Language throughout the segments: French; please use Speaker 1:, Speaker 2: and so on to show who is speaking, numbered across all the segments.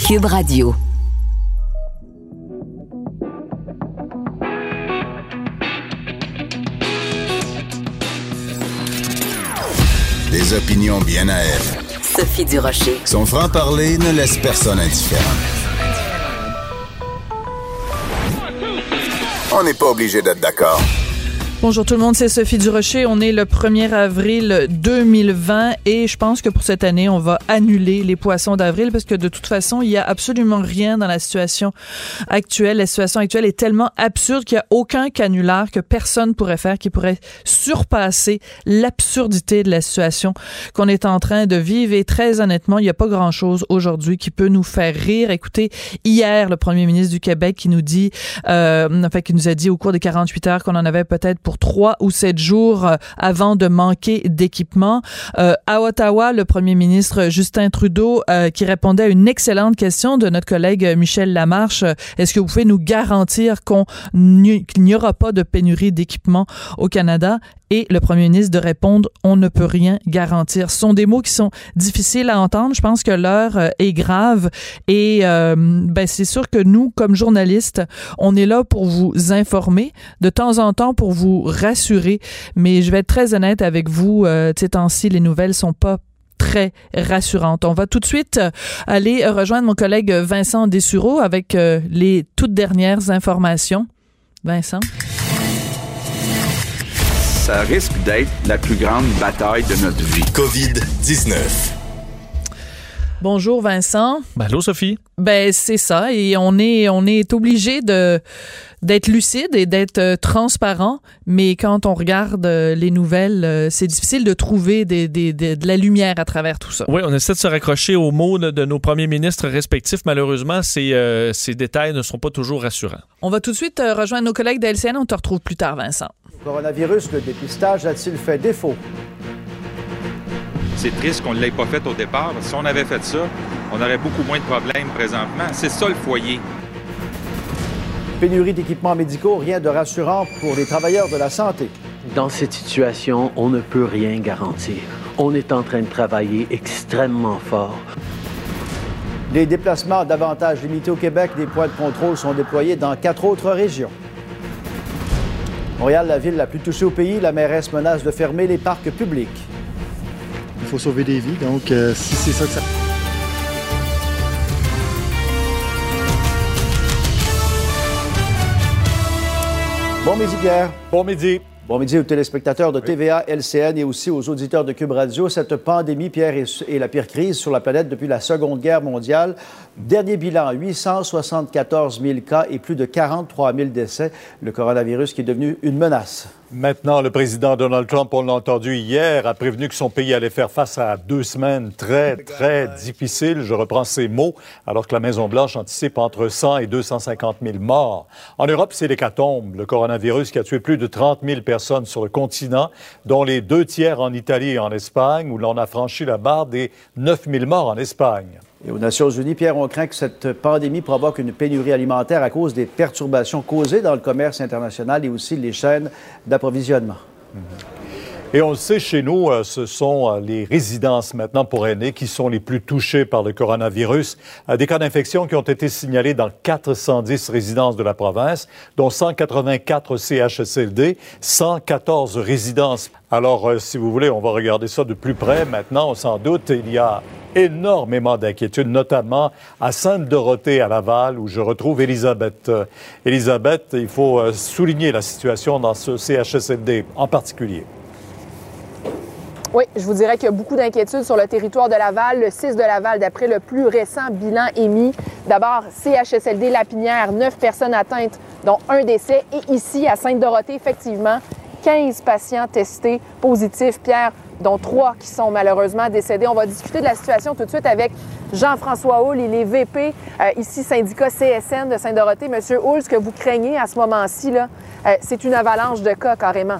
Speaker 1: Cube Radio.
Speaker 2: Des opinions bien à elle.
Speaker 1: Sophie Durocher.
Speaker 2: Son franc-parler ne laisse personne indifférent. On n'est pas obligé d'être d'accord.
Speaker 3: Bonjour tout le monde, c'est Sophie Durocher. On est le 1er avril 2020 et je pense que pour cette année, on va annuler les poissons d'avril parce que de toute façon, il y a absolument rien dans la situation actuelle. La situation actuelle est tellement absurde qu'il n'y a aucun canular que personne pourrait faire qui pourrait surpasser l'absurdité de la situation qu'on est en train de vivre. Et très honnêtement, il n'y a pas grand-chose aujourd'hui qui peut nous faire rire. Écoutez, hier, le premier ministre du Québec qui nous dit, qui nous a dit au cours des 48 heures qu'on en avait peut-être pour 3 ou 7 jours avant de manquer d'équipement. À Ottawa, le premier ministre Justin Trudeau qui répondait à une excellente question de notre collègue Michel Lamarche. Est-ce que vous pouvez nous garantir qu'il n'y aura pas de pénurie d'équipement au Canada? Et le premier ministre de répondre « On ne peut rien garantir ». Ce sont des mots qui sont difficiles à entendre. Je pense que l'heure est grave et c'est sûr que nous, comme journalistes, on est là pour vous informer, de temps en temps pour vous rassurer. Mais je vais être très honnête avec vous, ces temps-ci, les nouvelles sont pas très rassurantes. On va tout de suite aller rejoindre mon collègue Vincent Dessureau avec les toutes dernières informations. Vincent?
Speaker 4: Ça risque d'être la plus grande bataille de notre vie.
Speaker 2: COVID-19.
Speaker 3: Bonjour Vincent.
Speaker 5: Allô Sophie.
Speaker 3: C'est ça et on est obligé d'être lucide et d'être transparent, mais quand on regarde les nouvelles, c'est difficile de trouver de la lumière à travers tout ça.
Speaker 5: Oui, on essaie de se raccrocher aux mots de nos premiers ministres respectifs. Malheureusement, ces détails ne sont pas toujours rassurants.
Speaker 3: On va tout de suite rejoindre nos collègues de LCN. On te retrouve plus tard, Vincent.
Speaker 6: Coronavirus, le dépistage a-t-il fait défaut?
Speaker 7: C'est triste qu'on ne l'ait pas fait au départ. Si on avait fait ça, on aurait beaucoup moins de problèmes présentement. C'est ça le foyer.
Speaker 6: Pénurie d'équipements médicaux, rien de rassurant pour les travailleurs de la santé.
Speaker 8: Dans cette situation, on ne peut rien garantir. On est en train de travailler extrêmement fort.
Speaker 6: Les déplacements davantage limités au Québec, des points de contrôle sont déployés dans 4 autres régions. Montréal, la ville la plus touchée au pays, la mairesse menace de fermer les parcs publics.
Speaker 9: Il faut sauver des vies, donc si c'est ça que ça...
Speaker 6: Bon midi, Pierre.
Speaker 5: Bon midi.
Speaker 6: Bon midi aux téléspectateurs de TVA, LCN et aussi aux auditeurs de Cube Radio. Cette pandémie, Pierre, est la pire crise sur la planète depuis la Seconde Guerre mondiale. Dernier bilan, 874 000 cas et plus de 43 000 décès. Le coronavirus qui est devenu une menace.
Speaker 10: Maintenant, le président Donald Trump, on l'a entendu hier, a prévenu que son pays allait faire face à 2 semaines très difficiles. Je reprends ces mots, alors que la Maison-Blanche anticipe entre 100 et 250 000 morts. En Europe, c'est l'hécatombe. Le coronavirus qui a tué plus de 30 000 personnes sur le continent, dont les 2 tiers en Italie et en Espagne, où l'on a franchi la barre des 9 000 morts en Espagne.
Speaker 6: Et aux Nations unies, Pierre, on craint que cette pandémie provoque une pénurie alimentaire à cause des perturbations causées dans le commerce international et aussi les chaînes d'approvisionnement.
Speaker 10: Et on le sait, chez nous, ce sont les résidences maintenant pour aînés qui sont les plus touchées par le coronavirus. Des cas d'infection qui ont été signalés dans 410 résidences de la province, dont 184 CHSLD, 114 résidences. Alors, si vous voulez, on va regarder ça de plus près. Maintenant, sans doute, il y a énormément d'inquiétudes, notamment à Sainte-Dorothée, à Laval, où je retrouve Elisabeth. Elisabeth, il faut souligner la situation dans ce CHSLD en particulier.
Speaker 11: Oui, je vous dirais qu'il y a beaucoup d'inquiétudes sur le territoire de Laval, le 6 de Laval, d'après le plus récent bilan émis. D'abord, CHSLD Lapinière, 9 personnes atteintes, dont 1 décès. Et ici, à Sainte-Dorothée, effectivement, 15 patients testés positifs, Pierre, dont 3 qui sont malheureusement décédés. On va discuter de la situation tout de suite avec Jean-François Houle. Il est VP, ici, syndicat CSN de Sainte-Dorothée. Monsieur Houle, ce que vous craignez à ce moment-ci, là, c'est une avalanche de cas, carrément.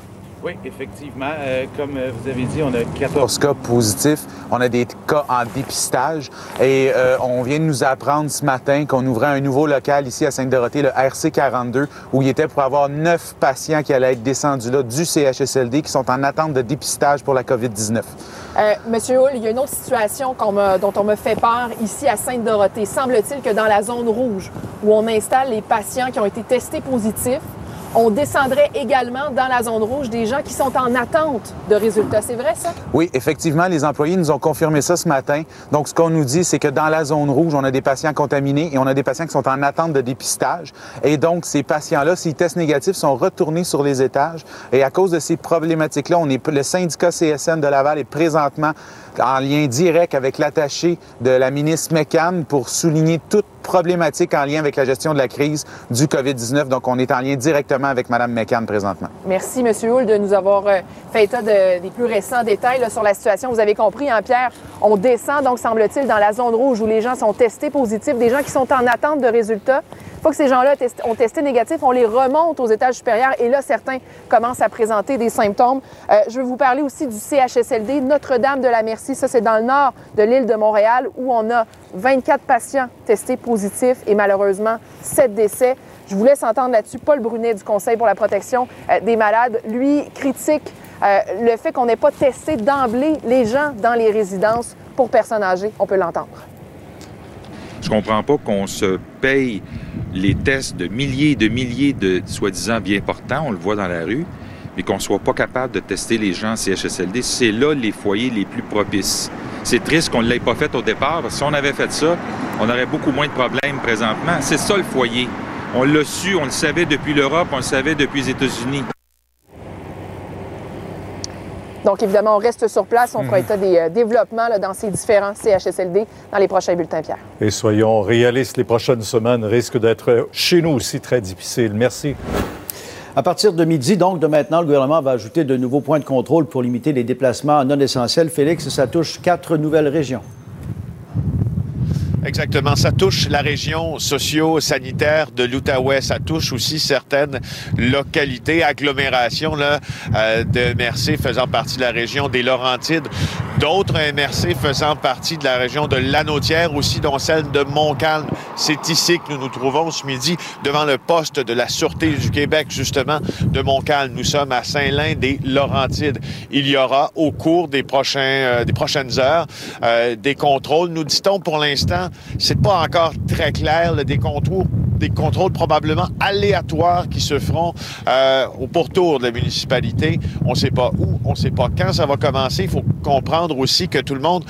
Speaker 1: Oui, effectivement. Comme vous avez dit, on a 14 cas positifs. On a des cas en dépistage. Et on vient de nous apprendre ce matin qu'on ouvrait un nouveau local ici à Sainte-Dorothée, le RC42, où il était pour avoir 9 patients qui allaient être descendus là du CHSLD qui sont en attente de dépistage pour la COVID-19.
Speaker 11: Monsieur Hull, il y a une autre situation dont on me fait part ici à Sainte-Dorothée. Semble-t-il que dans la zone rouge, où on installe les patients qui ont été testés positifs, on descendrait également dans la zone rouge des gens qui sont en attente de résultats. C'est vrai, ça?
Speaker 1: Oui, effectivement, les employés nous ont confirmé ça ce matin. Donc, ce qu'on nous dit, c'est que dans la zone rouge, on a des patients contaminés et on a des patients qui sont en attente de dépistage. Et donc, ces patients-là, s'ils testent négatifs, sont retournés sur les étages. Et à cause de ces problématiques-là, le syndicat CSN de Laval est présentement en lien direct avec l'attaché de la ministre McCann pour souligner toute problématique en lien avec la gestion de la crise du COVID-19. Donc, on est en lien directement avec Mme McCann présentement.
Speaker 11: Merci, M. Hull, de nous avoir fait état des plus récents détails là, sur la situation. Vous avez compris, hein, Pierre, on descend, donc, semble-t-il, dans la zone rouge où les gens sont testés positifs, des gens qui sont en attente de résultats. Une fois que ces gens-là ont testé négatif, on les remonte aux étages supérieurs et là, certains commencent à présenter des symptômes. Je veux vous parler aussi du CHSLD Notre-Dame-de-la-Merci. Ça, c'est dans le nord de l'île de Montréal où on a 24 patients testés positifs et malheureusement 7 décès. Je vous laisse entendre là-dessus Paul Brunet du Conseil pour la protection des malades. Lui critique le fait qu'on n'ait pas testé d'emblée les gens dans les résidences pour personnes âgées. On peut l'entendre.
Speaker 7: Je comprends pas qu'on se paye les tests de milliers de soi-disant bien portants, on le voit dans la rue, mais qu'on soit pas capable de tester les gens en CHSLD. C'est là les foyers les plus propices. C'est triste qu'on ne l'ait pas fait au départ, parce que si on avait fait ça, on aurait beaucoup moins de problèmes présentement. C'est ça le foyer. On l'a su, on le savait depuis l'Europe, on le savait depuis les États-Unis.
Speaker 11: Donc, évidemment, on reste sur place. On fera état des développements là, dans ces différents CHSLD dans les prochains bulletins, Pierre.
Speaker 10: Et soyons réalistes, les prochaines semaines risquent d'être chez nous aussi très difficiles. Merci.
Speaker 6: À partir de midi, donc de maintenant, le gouvernement va ajouter de nouveaux points de contrôle pour limiter les déplacements non essentiels. Félix, ça touche 4 nouvelles régions.
Speaker 12: Exactement. Ça touche la région socio-sanitaire de l'Outaouais. Ça touche aussi certaines localités, agglomérations là, de MRC faisant partie de la région des Laurentides. D'autres MRC faisant partie de la région de Lanaudière, aussi dont celle de Montcalm. C'est ici que nous nous trouvons ce midi, devant le poste de la Sûreté du Québec, justement, de Montcalm. Nous sommes à Saint-Lin-des-Laurentides. Il y aura, au cours des prochaines heures, des contrôles. Nous dit-on pour l'instant, c'est pas encore très clair, là, des contrôles probablement aléatoires qui se feront au pourtour de la municipalité. On ne sait pas où, on ne sait pas quand ça va commencer. Il faut comprendre aussi que tout le monde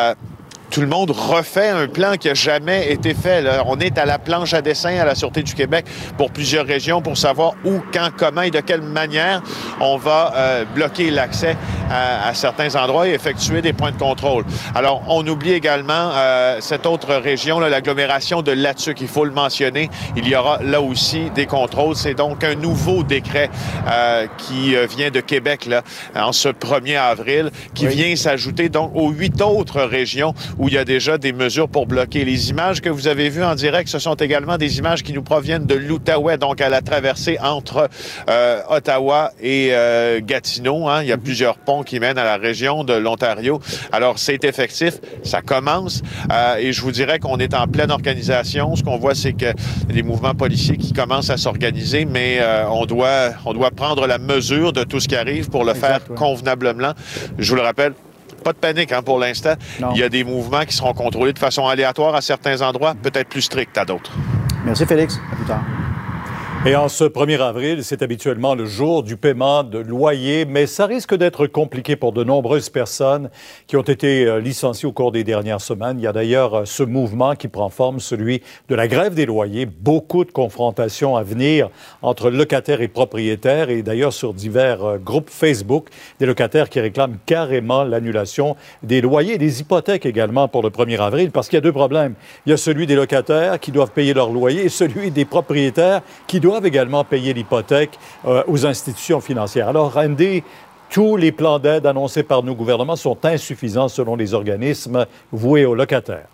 Speaker 12: refait un plan qui n'a jamais été fait. Là. On est à la planche à dessin à la Sûreté du Québec pour plusieurs régions pour savoir où, quand, comment et de quelle manière on va bloquer l'accès à certains endroits et effectuer des points de contrôle. Alors, on oublie également cette autre région, là, l'agglomération de Latuc. Il faut le mentionner. Il y aura là aussi des contrôles. C'est donc un nouveau décret qui vient de Québec là, en ce 1er avril, qui vient s'ajouter donc aux 8 autres régions où il y a déjà des mesures pour bloquer. Les images que vous avez vues en direct, ce sont également des images qui nous proviennent de l'Outaouais, donc à la traversée entre Ottawa et Gatineau. Hein. Il y a plusieurs ponts qui mènent à la région de l'Ontario. Alors, c'est effectif, ça commence et je vous dirais qu'on est en pleine organisation. Ce qu'on voit, c'est que les mouvements policiers qui commencent à s'organiser, mais on doit prendre la mesure de tout ce qui arrive pour le faire convenablement. Je vous le rappelle, pas de panique hein, pour l'instant. Non. Il y a des mouvements qui seront contrôlés de façon aléatoire à certains endroits, peut-être plus stricts à d'autres.
Speaker 6: Merci Félix. À plus tard.
Speaker 10: Et en ce 1er avril, c'est habituellement le jour du paiement de loyer, mais ça risque d'être compliqué pour de nombreuses personnes qui ont été licenciées au cours des dernières semaines. Il y a d'ailleurs ce mouvement qui prend forme, celui de la grève des loyers. Beaucoup de confrontations à venir entre locataires et propriétaires et d'ailleurs sur divers groupes Facebook, des locataires qui réclament carrément l'annulation des loyers et des hypothèques également pour le 1er avril parce qu'il y a deux problèmes. Il y a celui des locataires qui doivent payer leur loyer et celui des propriétaires qui doivent également payer l'hypothèque aux institutions financières. Alors, Andy, tous les plans d'aide annoncés par nos gouvernements sont insuffisants selon les organismes voués aux locataires.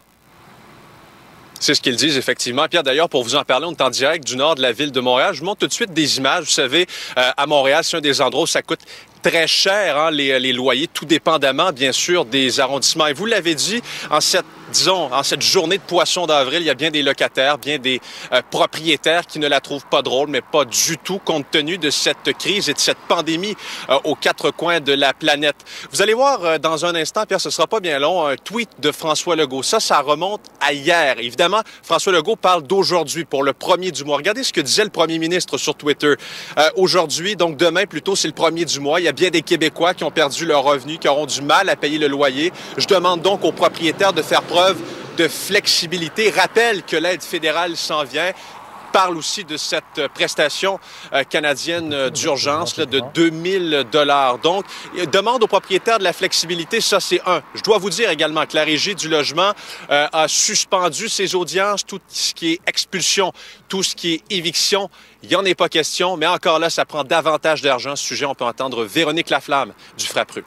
Speaker 13: C'est ce qu'ils disent, effectivement. Pierre, d'ailleurs, pour vous en parler, on est en direct du nord de la ville de Montréal. Je vous montre tout de suite des images. Vous savez, à Montréal, c'est un des endroits où ça coûte très cher, hein, les loyers, tout dépendamment, bien sûr, des arrondissements. Et vous l'avez dit, en cette journée de poisson d'avril, il y a bien des locataires, bien des propriétaires qui ne la trouvent pas drôle, mais pas du tout, compte tenu de cette crise et de cette pandémie aux quatre coins de la planète. Vous allez voir dans un instant, Pierre, ce sera pas bien long, un tweet de François Legault. Ça remonte à hier. Évidemment, François Legault parle d'aujourd'hui, pour le 1er du mois. Regardez ce que disait le premier ministre sur Twitter. Aujourd'hui, donc demain plutôt, c'est le 1er du mois. Il y a bien des Québécois qui ont perdu leurs revenus, qui auront du mal à payer le loyer. Je demande donc aux propriétaires de faire preuve de flexibilité. Rappelle que l'aide fédérale s'en vient. Parle aussi de cette prestation canadienne d'urgence là, de 2000 $. Donc, demande aux propriétaires de la flexibilité, ça c'est un. Je dois vous dire également que la Régie du logement a suspendu ses audiences, tout ce qui est expulsion, tout ce qui est éviction. Il n'y en est pas question, mais encore là, ça prend davantage d'argent. Ce sujet, on peut entendre Véronique Laflamme du Frappru.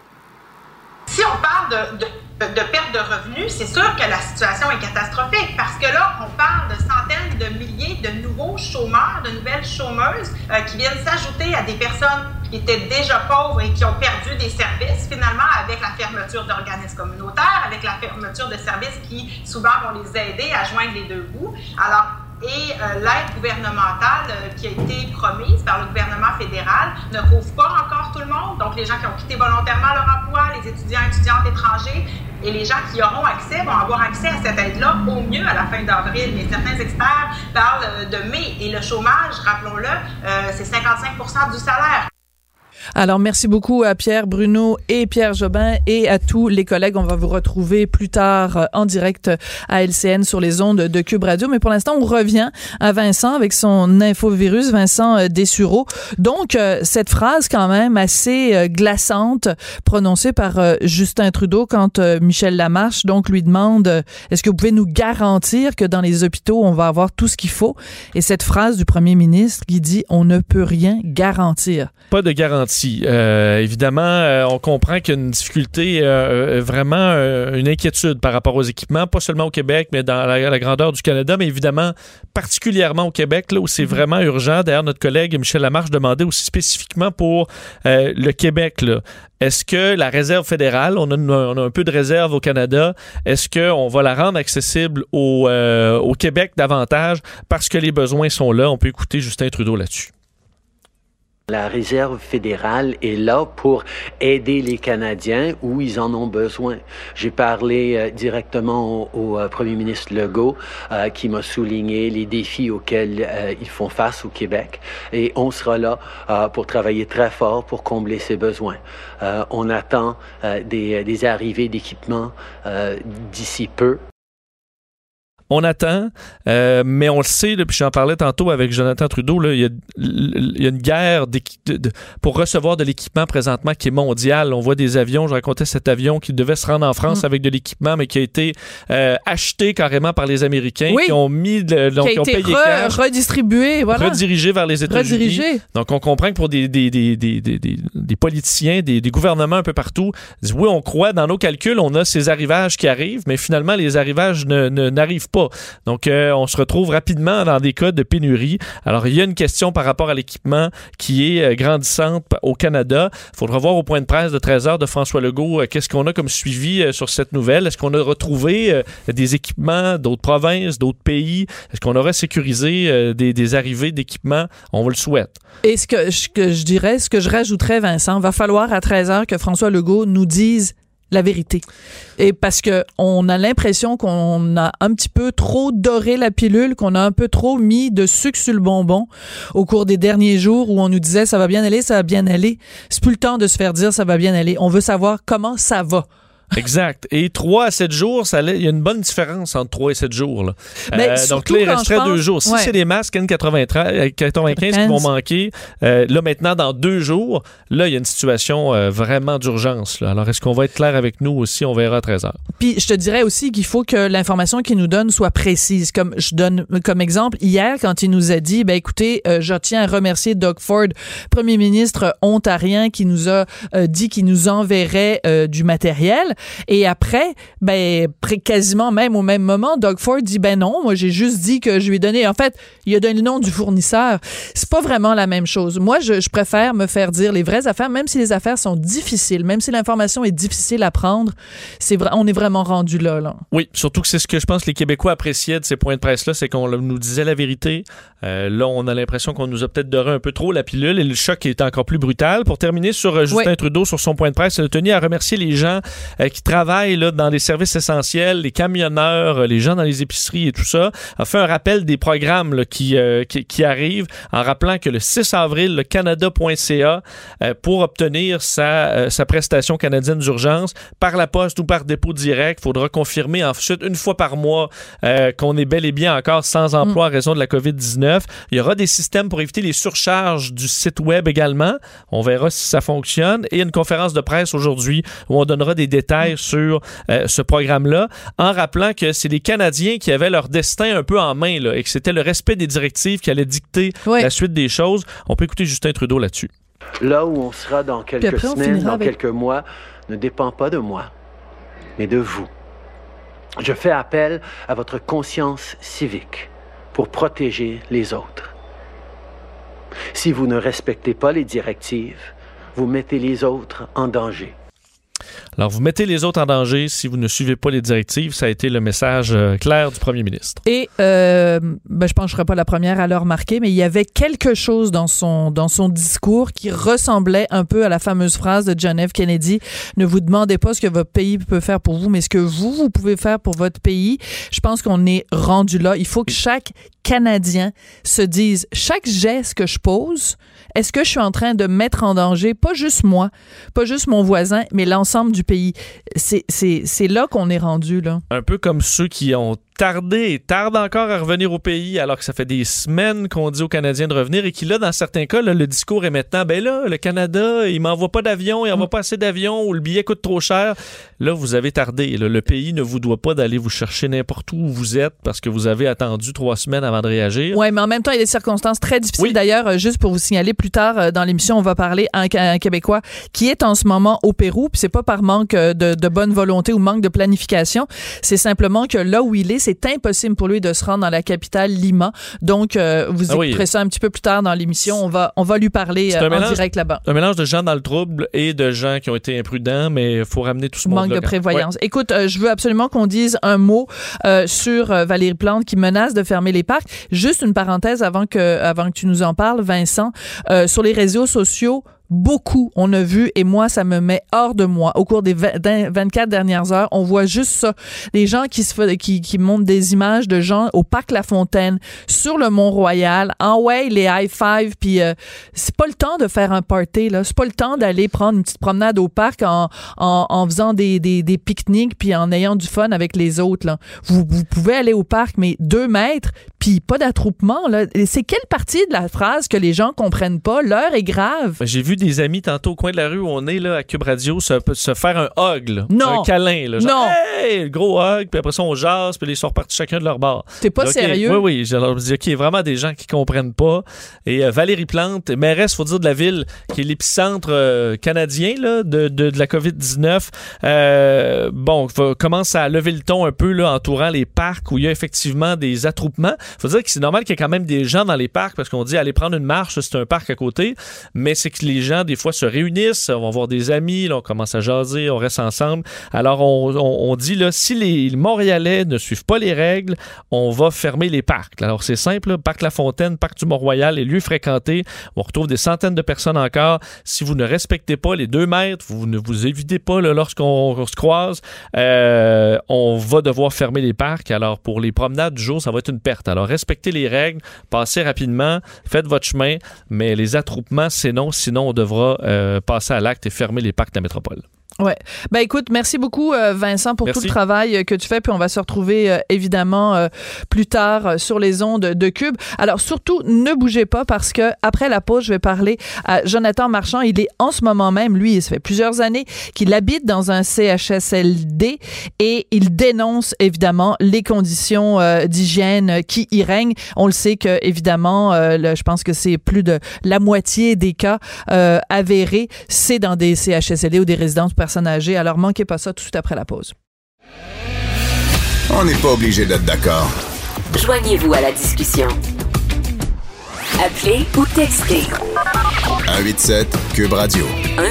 Speaker 14: Si on parle de perte de revenus, c'est sûr que la situation est catastrophique parce que là, on parle de centaines de milliers de nouveaux chômeurs, de nouvelles chômeuses qui viennent s'ajouter à des personnes qui étaient déjà pauvres et qui ont perdu des services, finalement, avec la fermeture d'organismes communautaires, avec la fermeture de services qui, souvent, vont les aider à joindre les deux bouts. Alors, l'aide gouvernementale qui a été promise par le gouvernement fédéral ne couvre pas encore tout le monde. Donc, les gens qui ont quitté volontairement leur emploi, les étudiants et étudiantes étrangers et les gens qui auront accès vont avoir accès à cette aide-là au mieux à la fin d'avril. Mais certains experts parlent de mai. Et le chômage, rappelons-le, c'est 55% du salaire.
Speaker 3: Alors, merci beaucoup à Pierre Bruno et Pierre Jobin et à tous les collègues. On va vous retrouver plus tard en direct à LCN sur les ondes de Cube Radio. Mais pour l'instant, on revient à Vincent avec son infovirus, Vincent Dessureau. Donc, cette phrase quand même assez glaçante prononcée par Justin Trudeau quand Michel Lamarche donc lui demande « Est-ce que vous pouvez nous garantir que dans les hôpitaux, on va avoir tout ce qu'il faut? » Et cette phrase du premier ministre qui dit « On ne peut rien garantir. »
Speaker 5: Pas de garantie. Évidemment, on comprend qu'il y a une difficulté, vraiment une inquiétude par rapport aux équipements, pas seulement au Québec, mais dans la grandeur du Canada, mais évidemment particulièrement au Québec, là où c'est vraiment urgent. D'ailleurs, notre collègue Michel Lamarche demandait aussi spécifiquement pour le Québec, là. Est-ce que la réserve fédérale, on a un peu de réserve au Canada, est-ce qu'on va la rendre accessible au Québec davantage parce que les besoins sont là? On peut écouter Justin Trudeau là-dessus.
Speaker 8: La réserve fédérale est là pour aider les Canadiens où ils en ont besoin. J'ai parlé directement au premier ministre Legault qui m'a souligné les défis auxquels ils font face au Québec et on sera là pour travailler très fort pour combler ces besoins. On attend des arrivées d'équipements d'ici peu.
Speaker 5: On attend, mais on le sait, là, puis j'en parlais tantôt avec Jonathan Trudeau, là, il y a une guerre pour recevoir de l'équipement présentement qui est mondiale. On voit des avions, je racontais cet avion qui devait se rendre en France avec de l'équipement, mais qui a été acheté carrément par les Américains, qui ont mis, donc qui ont payé cash,
Speaker 3: redistribué, voilà.
Speaker 5: Redirigé vers les États-Unis. Donc on comprend que pour des politiciens, des gouvernements un peu partout, disent, oui, on croit dans nos calculs, on a ces arrivages qui arrivent, mais finalement les arrivages n'arrivent pas. Donc, on se retrouve rapidement dans des cas de pénurie. Alors, il y a une question par rapport à l'équipement qui est grandissante au Canada. Il faudra voir au point de presse de 13h de François Legault qu'est-ce qu'on a comme suivi sur cette nouvelle. Est-ce qu'on a retrouvé des équipements d'autres provinces, d'autres pays? Est-ce qu'on aurait sécurisé des arrivées d'équipements? On le souhaite.
Speaker 3: Et ce que je rajouterais, Vincent, va falloir à 13h que François Legault nous dise la vérité. Et parce que on a l'impression qu'on a un petit peu trop doré la pilule, qu'on a un peu trop mis de sucre sur le bonbon au cours des derniers jours où on nous disait ça va bien aller, ça va bien aller. C'est plus le temps de se faire dire ça va bien aller. On veut savoir comment ça va.
Speaker 5: Exact. Et 3 à 7 jours, il y a une bonne différence entre 3 et 7 jours. Là. Donc là, il resterait 2 jours. Si c'est les masques N95 qui vont manquer, là maintenant, dans 2 jours, là, il y a une situation vraiment d'urgence. Là. Alors, est-ce qu'on va être clair avec nous aussi? On verra à 13h.
Speaker 3: Puis, je te dirais aussi qu'il faut que l'information qu'il nous donne soit précise. Comme je donne comme exemple, hier, quand il nous a dit, écoutez, je tiens à remercier Doug Ford, premier ministre ontarien, qui nous a dit qu'il nous enverrait du matériel. Et après, quasiment même au même moment, Doug Ford dit, non, moi, j'ai juste dit que je lui ai donné, en fait, il a donné le nom du fournisseur. C'est pas vraiment la même chose. Moi, je préfère me faire dire les vraies affaires, même si les affaires sont difficiles, même si l'information est difficile à prendre, on est vraiment rendu là.
Speaker 5: Oui, surtout que c'est ce que je pense que les Québécois appréciaient de ces points de presse-là, c'est qu'on nous disait la vérité. Là, on a l'impression qu'on nous a peut-être doré un peu trop la pilule et le choc est encore plus brutal. Pour terminer sur Justin Trudeau, sur son point de presse, il a tenu à remercier les gens qui travaillent là, dans les services essentiels, les camionneurs, les gens dans les épiceries et tout ça. Il a fait un rappel des programmes là, qui arrivent en rappelant que le 6 avril, le Canada.ca, pour obtenir sa prestation canadienne d'urgence, par la poste ou par dépôt direct, il faudra confirmer ensuite une fois par mois qu'on est bel et bien encore sans emploi en raison de la COVID-19. Il y aura des systèmes pour éviter les surcharges du site web également. On verra si ça fonctionne. Et une conférence de presse aujourd'hui où on donnera des détails sur ce programme-là, en rappelant que c'est les Canadiens qui avaient leur destin un peu en main là, et que c'était le respect des directives qui allait dicter la suite des choses. On peut écouter Justin Trudeau là-dessus.
Speaker 8: Là où on sera dans quelques semaines, dans quelques mois, ne dépend pas de moi, mais de vous. Je fais appel à votre conscience civique pour protéger les autres. Si vous ne respectez pas les directives, vous mettez les autres en danger.
Speaker 5: Alors, vous mettez les autres en danger si vous ne suivez pas les directives. Ça a été le message clair du premier ministre.
Speaker 3: Et je pense que je ne serai pas la première à le remarquer, mais il y avait quelque chose dans son discours qui ressemblait un peu à la fameuse phrase de John F. Kennedy. Ne vous demandez pas ce que votre pays peut faire pour vous, mais ce que vous pouvez faire pour votre pays. Je pense qu'on est rendu là. Il faut que chaque Canadien se dise, chaque geste que je pose, est-ce que je suis en train de mettre en danger, pas juste moi, pas juste mon voisin, mais l'ensemble du pays? C'est là qu'on est rendu, là.
Speaker 5: Un peu comme ceux qui ont tardé et tardent encore à revenir au pays alors que ça fait des semaines qu'on dit aux Canadiens de revenir et qui, là, dans certains cas, là, le discours est maintenant, le Canada, il m'envoie pas d'avion, il n'envoie pas assez d'avions ou le billet coûte trop cher. Là, vous avez tardé. Là, le pays ne vous doit pas d'aller vous chercher n'importe où vous êtes parce que vous avez attendu 3 semaines avant de réagir.
Speaker 3: Oui, mais en même temps, il y a des circonstances très difficiles. Oui. D'ailleurs, juste pour vous signaler, plus tard dans l'émission, on va parler à un Québécois qui est en ce moment au Pérou, puis c'est pas par manque de bonne volonté ou manque de planification, c'est simplement que là où il est, c'est impossible pour lui de se rendre dans la capitale Lima. Donc, vous écouterez ça un petit peu plus tard dans l'émission. On va lui parler en direct là-bas.
Speaker 5: Un mélange de gens dans le trouble et de gens qui ont été imprudents, mais il faut ramener tout ce monde-là.
Speaker 3: Manque de prévoyance. Ouais. Écoute, je veux absolument qu'on dise un mot sur Valérie Plante qui menace de fermer les parcs. Juste une parenthèse avant que tu nous en parles, Vincent. Sur les réseaux sociaux, beaucoup, on a vu, et moi, ça me met hors de moi. Au cours des 24 dernières heures, on voit juste ça. Des gens qui montrent des images de gens au parc La Fontaine, sur le Mont-Royal, les high five, puis c'est pas le temps de faire un party, là. C'est pas le temps d'aller prendre une petite promenade au parc en faisant des pique-niques puis en ayant du fun avec les autres, là. Vous pouvez aller au parc, mais 2 mètres, puis pas d'attroupement, là. C'est quelle partie de la phrase que les gens comprennent pas? L'heure est grave.
Speaker 5: J'ai vu des amis tantôt au coin de la rue où on est là à Cube Radio se faire un hug, là.
Speaker 3: Non.
Speaker 5: Un câlin, là. Genre,
Speaker 3: non.
Speaker 5: Hey, gros hug, puis après ça on jase, puis ils sont repartis chacun de leur bord.
Speaker 3: T'es pas sérieux?
Speaker 5: Oui. Je leur dis, OK, vraiment des gens qui comprennent pas. Et Valérie Plante, mairesse, faut dire, de la ville, qui est l'épicentre canadien là, de la COVID-19, commence à lever le ton un peu là, entourant les parcs où il y a effectivement des attroupements. Faut dire que c'est normal qu'il y ait quand même des gens dans les parcs parce qu'on dit aller prendre une marche, c'est un parc à côté, mais c'est que les gens des fois se réunissent, on va voir des amis, là, on commence à jaser, on reste ensemble. Alors on dit là, si les Montréalais ne suivent pas les règles, on va fermer les parcs. Alors c'est simple, là, parc La Fontaine, parc du Mont-Royal, les lieux fréquentés, on retrouve des centaines de personnes encore. Si vous ne respectez pas les 2 mètres, vous ne vous évitez pas là, lorsqu'on se croise, on va devoir fermer les parcs. Alors pour les promenades du jour, ça va être une perte. Alors respectez les règles, passez rapidement, faites votre chemin, mais les attroupements, c'est non, sinon on devra passer à l'acte et fermer les parcs de la métropole.
Speaker 3: Ouais. Ben écoute, merci beaucoup Vincent pour tout le travail que tu fais, puis on va se retrouver évidemment plus tard sur les ondes de Cube. Alors surtout, ne bougez pas parce que après la pause, je vais parler à Jonathan Marchand. Il est en ce moment même, lui, ça fait plusieurs années qu'il habite dans un CHSLD et il dénonce évidemment les conditions d'hygiène qui y règnent. On le sait que évidemment, je pense que c'est plus de la moitié des cas avérés, c'est dans des CHSLD ou des résidences personnes âgées. Alors, manquez pas ça tout de suite après la pause.
Speaker 2: On n'est pas obligé d'être d'accord.
Speaker 15: Joignez-vous à la discussion. Appelez ou textez.
Speaker 2: 187 Cube Radio.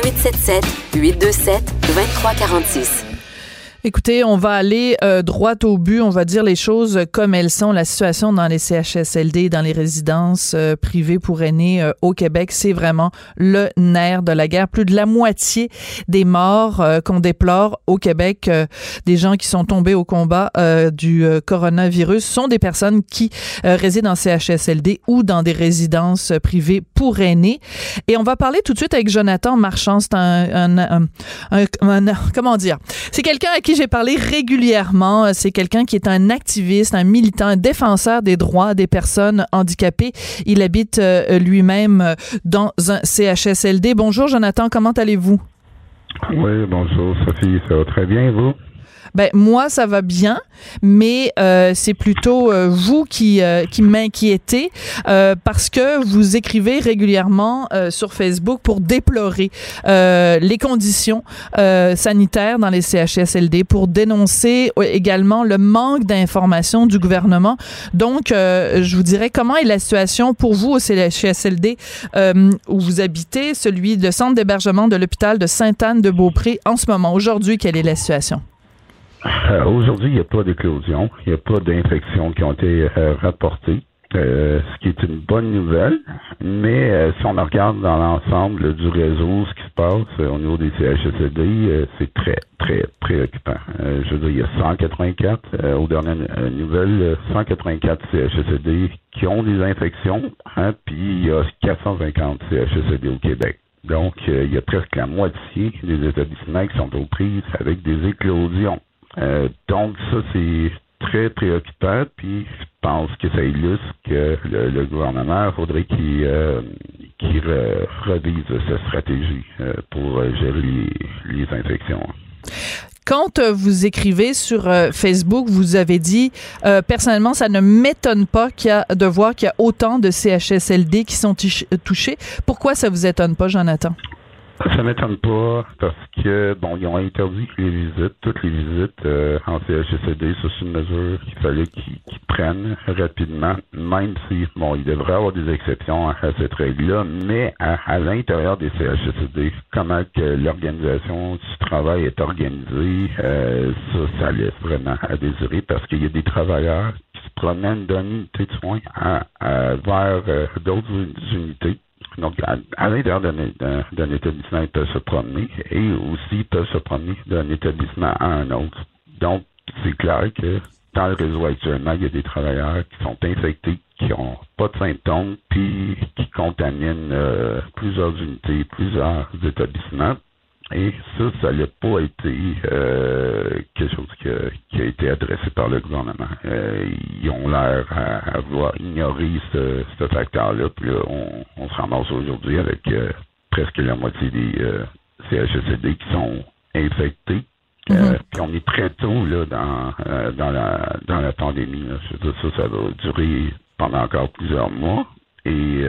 Speaker 15: 1877-827-2346.
Speaker 3: Écoutez, on va aller droit au but, on va dire les choses comme elles sont. La situation dans les CHSLD, dans les résidences privées pour aînés au Québec, c'est vraiment le nerf de la guerre. Plus de la moitié des morts qu'on déplore au Québec, des gens qui sont tombés au combat du coronavirus, sont des personnes qui résident en CHSLD ou dans des résidences privées pour aînés. Et on va parler tout de suite avec Jonathan Marchand. C'est comment dire? C'est quelqu'un à qui j'ai parlé régulièrement. C'est quelqu'un qui est un activiste, un militant, un défenseur des droits des personnes handicapées. Il habite lui-même dans un CHSLD. Bonjour Jonathan, comment allez-vous?
Speaker 16: Oui, bonjour Sophie, ça va très bien, vous?
Speaker 3: Ben moi ça va bien, mais c'est plutôt vous qui m'inquiétez parce que vous écrivez régulièrement sur Facebook pour déplorer les conditions sanitaires dans les CHSLD, pour dénoncer également le manque d'informations du gouvernement. Donc je vous dirais, comment est la situation pour vous au CHSLD où vous habitez, celui de centre d'hébergement de l'hôpital de Sainte-Anne-de-Beaupré en ce moment? Aujourd'hui, quelle est la situation?
Speaker 16: Aujourd'hui, il n'y a pas d'éclosion, il n'y a pas d'infections qui ont été rapportées, ce qui est une bonne nouvelle, mais si on regarde dans l'ensemble du réseau ce qui se passe au niveau des CHSLD, c'est très, très préoccupant. Je veux dire, il y a 184, aux dernières nouvelles, 184 CHSLD qui ont des infections, puis il y a 450 CHSLD au Québec. Donc, il y a presque la moitié des établissements qui sont aux prises avec des éclosions. Donc ça, c'est très préoccupant, puis je pense que ça illustre que le gouvernement, il faudrait qu'il revise sa stratégie pour gérer les infections.
Speaker 3: Quand vous écrivez sur Facebook, vous avez dit personnellement, ça ne m'étonne pas de voir qu'il y a autant de CHSLD qui sont touchés. Pourquoi ça vous étonne pas, Jonathan?
Speaker 16: Ça m'étonne pas parce que, bon, ils ont interdit les visites, toutes les visites en CHSLD. Ça, c'est une mesure qu'il fallait qu'ils prennent rapidement, même si, bon, il devrait y avoir des exceptions à cette règle-là, mais à l'intérieur des CHSLD, comment que l'organisation du travail est organisée, ça laisse vraiment à désirer parce qu'il y a des travailleurs qui se promènent d'une unité de soins vers d'autres unités. Donc, à l'intérieur d'un établissement, ils peuvent se promener et aussi ils peuvent se promener d'un établissement à un autre. Donc, c'est clair que dans le réseau actuellement, il y a des travailleurs qui sont infectés, qui n'ont pas de symptômes, puis qui contaminent plusieurs unités, plusieurs établissements. Et ça n'a pas été quelque chose qui a été adressé par le gouvernement. Ils ont l'air à vouloir ignorer ce facteur-là. Puis là, on se ramasse aujourd'hui avec presque la moitié des CHSLD qui sont infectés. Puis on est très tôt là dans la pandémie. Là. Je veux dire, ça va durer pendant encore plusieurs mois. Et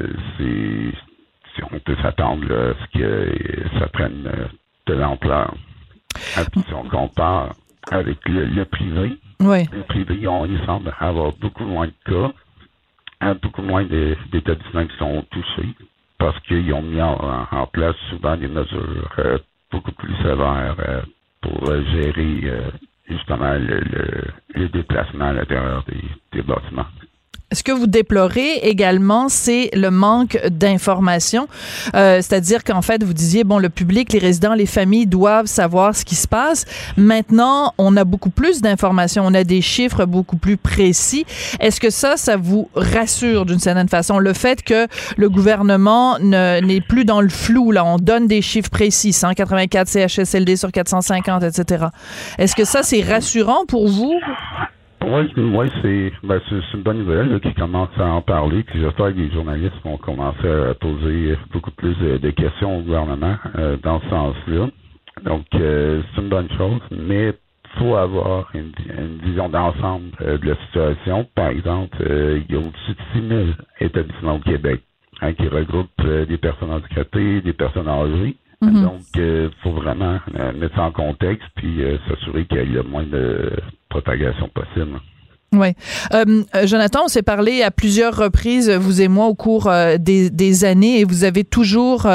Speaker 16: on peut s'attendre là, à ce que ça prenne de l'ampleur. Puis si on compare avec le privé,
Speaker 3: oui.
Speaker 16: Le privé, il semble avoir beaucoup moins de cas, beaucoup moins d'établissements qui sont touchés, parce qu'ils ont mis en place souvent des mesures beaucoup plus sévères pour gérer justement le déplacement à l'intérieur des bâtiments.
Speaker 3: Ce que vous déplorez également, c'est le manque d'informations. C'est-à-dire qu'en fait, vous disiez, bon, le public, les résidents, les familles doivent savoir ce qui se passe. Maintenant, on a beaucoup plus d'informations. On a des chiffres beaucoup plus précis. Est-ce que ça vous rassure d'une certaine façon? Le fait que le gouvernement n'est plus dans le flou, là, on donne des chiffres précis, 184 CHSLD sur 450, etc. Est-ce que ça, c'est rassurant pour vous?
Speaker 16: Oui, c'est une bonne nouvelle là, qui commence à en parler. Puis j'espère que les journalistes vont commencer à poser beaucoup plus de questions au gouvernement dans ce sens-là. Donc, c'est une bonne chose, mais il faut avoir une vision d'ensemble de la situation. Par exemple, il y a au-dessus de 6 000 établissements au Québec qui regroupent des personnes handicapées, des personnes âgées. Donc, il faut vraiment mettre ça en contexte puis s'assurer qu'il y ait le moins de propagation possible.
Speaker 3: Oui. Jonathan, on s'est parlé à plusieurs reprises, vous et moi, au cours des années, et vous avez toujours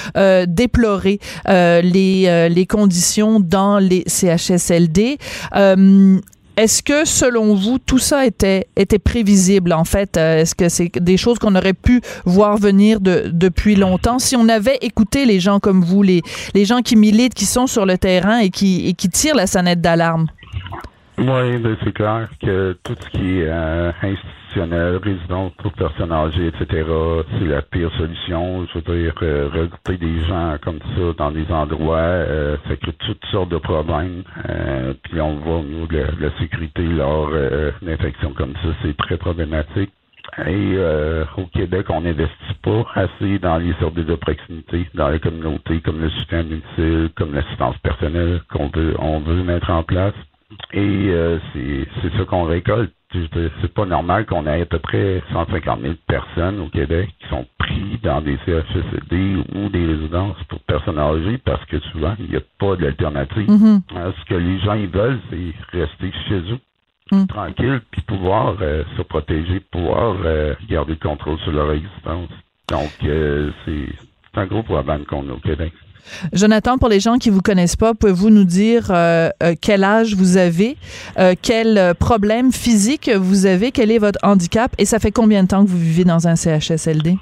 Speaker 3: déploré les conditions dans les CHSLD. Est-ce que, selon vous, tout ça était prévisible, en fait? Est-ce que c'est des choses qu'on aurait pu voir venir depuis longtemps? Si on avait écouté les gens comme vous, les gens qui militent, qui sont sur le terrain et qui tirent la sonnette d'alarme?
Speaker 16: Oui, c'est clair que tout ce qui est institutionnel, résidence pour personnes âgées, etc., c'est la pire solution. Je veux dire, recruter des gens comme ça dans des endroits, ça crée toutes sortes de problèmes. Puis on voit au niveau de la sécurité lors d'infections comme ça, c'est très problématique. Et au Québec, on n'investit pas assez dans les services de proximité, dans les communautés, comme le soutien à domicile, comme l'assistance personnelle on veut mettre en place. Et c'est ça qu'on récolte. C'est pas normal qu'on ait à peu près 150 000 personnes au Québec qui sont pris dans des CHSLD ou des résidences pour personnes âgées parce que souvent, il n'y a pas d'alternative. Ce que les gens ils veulent, c'est rester chez eux, tranquille, puis pouvoir se protéger, pouvoir garder le contrôle sur leur existence. Donc, c'est un gros problème qu'on a au Québec.
Speaker 3: Jonathan, pour les gens qui vous connaissent pas, pouvez-vous nous dire quel âge vous avez, quel problème physique vous avez, quel est votre handicap et ça fait combien de temps que vous vivez dans un CHSLD?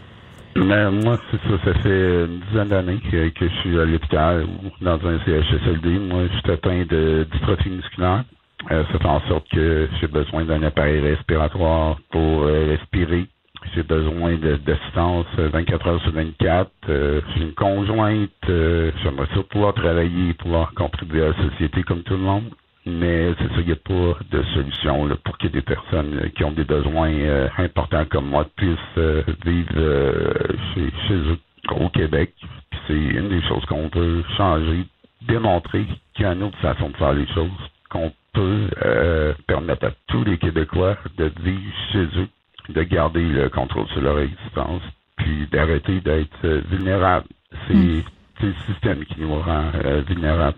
Speaker 16: Moi, c'est ça. Ça fait une dizaine d'années que je suis à l'hôpital ou dans un CHSLD. Moi, je suis atteint de dystrophie musculaire. Ça fait en sorte que j'ai besoin d'un appareil respiratoire pour respirer. J'ai besoin d'assistance 24 heures sur 24. J'ai une conjointe. J'aimerais ça pouvoir travailler, pouvoir contribuer à la société comme tout le monde. Mais c'est ça, il n'y a pas de solution là, pour que des personnes qui ont des besoins importants comme moi puissent vivre chez eux au Québec. Puis c'est une des choses qu'on peut changer, démontrer qu'il y a une autre façon de faire les choses, qu'on peut permettre à tous les Québécois de vivre chez eux, de garder le contrôle sur leur existence, puis d'arrêter d'être vulnérables. C'est le système qui nous rend vulnérables.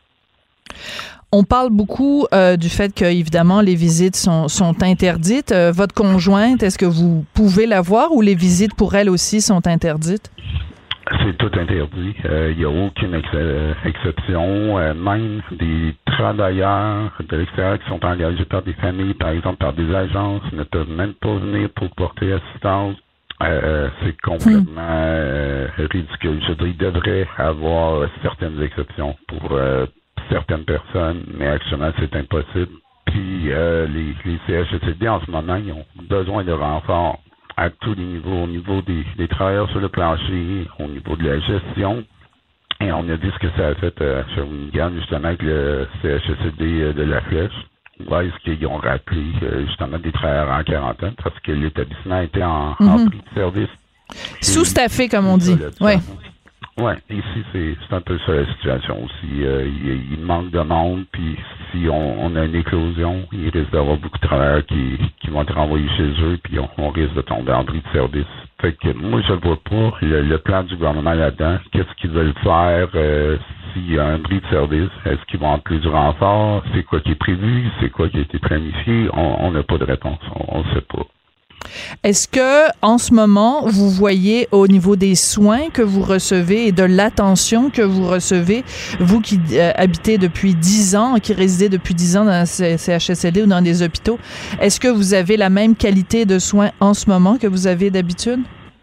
Speaker 3: On parle beaucoup du fait que, évidemment, les visites sont interdites. Votre conjointe, est-ce que vous pouvez la voir ou les visites pour elle aussi sont interdites?
Speaker 16: C'est tout interdit. Il n'y a aucune exception. Même des travailleurs de l'extérieur qui sont engagés par des familles, par exemple par des agences, ne peuvent même pas venir pour porter assistance. C'est complètement ridicule. Je dirais qu'il devrait avoir certaines exceptions pour certaines personnes, mais actuellement, c'est impossible. Puis les CHSLD, en ce moment, ils ont besoin de renforts à tous les niveaux, au niveau des travailleurs sur le plancher, au niveau de la gestion. Et on a vu ce que ça a fait à Shawinigan, justement, avec le CHSLD de La Flèche. Là, est-ce qu'ils ont rappelé justement des travailleurs en quarantaine parce que l'établissement était en prix de service.
Speaker 3: Sous-staffé, comme on dit. Oui.
Speaker 16: Oui, ici, c'est un peu ça la situation aussi. Il manque de monde, puis si on a une éclosion, il risque d'avoir beaucoup de travailleurs qui vont être renvoyés chez eux, puis on risque de tomber en bris de service. Fait que moi, je vois pas le plan du gouvernement là-dedans. Qu'est-ce qu'ils veulent faire s'il y a un bris de service? Est-ce qu'ils vont appeler du renfort? C'est quoi qui est prévu? C'est quoi qui a été planifié? On n'a pas de réponse. On ne sait pas.
Speaker 3: Est-ce que, en ce moment, vous voyez au niveau des soins que vous recevez et de l'attention que vous recevez, vous qui habitez depuis 10 ans, qui résidez depuis 10 ans dans un CHSLD ou dans des hôpitaux, est-ce que vous avez la même qualité de soins en ce moment que vous avez d'habitude?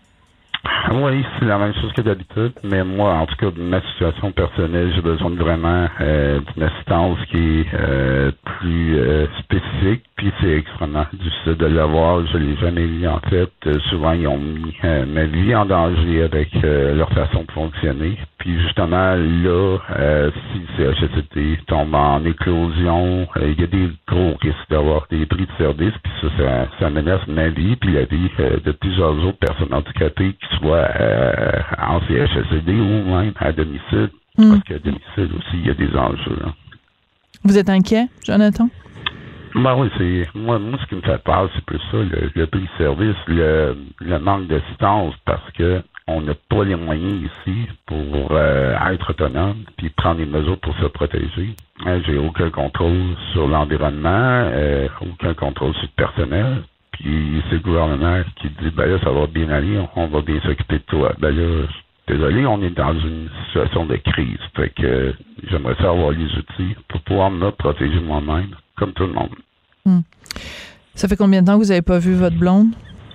Speaker 16: Oui, c'est la même chose que d'habitude, mais moi, en tout cas, de ma situation personnelle, j'ai besoin de vraiment d'une assistance qui est plus spécifique, puis c'est extrêmement difficile de l'avoir. Je l'ai jamais eu, en fait. Souvent, ils ont mis ma vie en danger avec leur façon de fonctionner. Puis justement, là, si le CHSLD tombe en éclosion, il y a des gros risques d'avoir des bris de service, puis ça menace ma vie, puis la vie de plusieurs autres personnes handicapées qui soient en CHSLD ou même à domicile, parce qu'à domicile aussi, il y a des enjeux. Hein.
Speaker 3: Vous êtes inquiet, Jonathan?
Speaker 16: Ben oui, moi ce qui me fait peur, c'est plus ça, le bris de service, le manque d'assistance, parce que on n'a pas les moyens ici pour être autonome puis prendre des mesures pour se protéger. J'ai aucun contrôle sur l'environnement, aucun contrôle sur le personnel. Puis c'est le gouvernement qui dit ben là, ça va bien aller, on va bien s'occuper de toi. Ben là, désolé, on est dans une situation de crise. Fait que j'aimerais ça avoir les outils pour pouvoir me protéger moi-même, comme tout le monde.
Speaker 3: Ça fait combien de temps que vous n'avez pas vu votre blonde?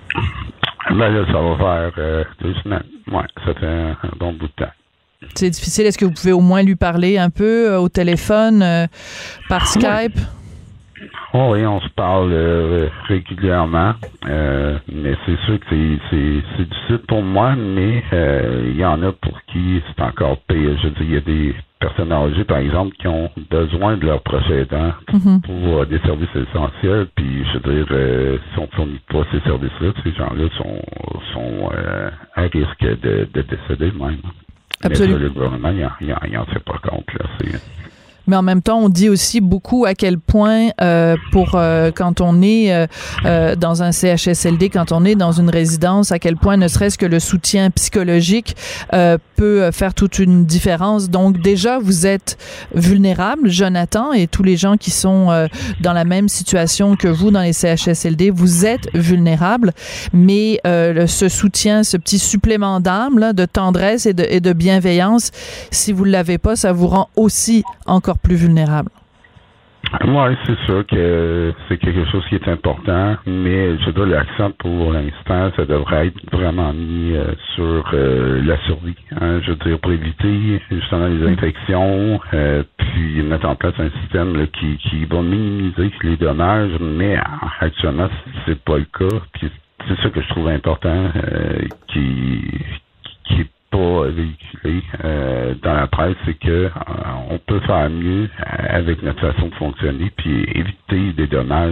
Speaker 16: Ben là, ça va faire 2 semaines. Ouais, ça fait un bon bout de temps.
Speaker 3: C'est difficile. Est-ce que vous pouvez au moins lui parler un peu au téléphone, par Skype?
Speaker 16: Oh oui, on se parle régulièrement, mais c'est sûr que c'est difficile pour moi, mais il y en a pour qui c'est encore pire. Je veux dire, il y a des personnes âgées, par exemple, qui ont besoin de leurs proches aidants pour des services essentiels, puis je veux dire, si on ne fournit pas ces services-là, ces gens-là sont à risque de décéder même.
Speaker 3: Absolument.
Speaker 16: Mais ça, le gouvernement, il n'en fait pas compte, là.
Speaker 3: Mais en même temps, on dit aussi beaucoup à quel point quand on est dans un CHSLD, quand on est dans une résidence, à quel point ne serait-ce que le soutien psychologique peut faire toute une différence. Donc déjà, vous êtes vulnérable, Jonathan, et tous les gens qui sont dans la même situation que vous dans les CHSLD, vous êtes vulnérables, mais ce soutien, ce petit supplément d'âme, là, de tendresse et de bienveillance, si vous ne l'avez pas, ça vous rend aussi encore plus vulnérable.
Speaker 16: Oui, c'est sûr que c'est quelque chose qui est important, mais je dois l'accent pour l'instant, ça devrait être vraiment mis sur la survie. Hein, je veux dire, pour éviter justement les infections, puis mettre en place un système là, qui va minimiser les dommages, mais actuellement, c'est pas le cas. Puis c'est ça que je trouve important, qui est pas véhiculé dans la presse, c'est que on peut faire mieux avec notre façon de fonctionner puis éviter des dommages.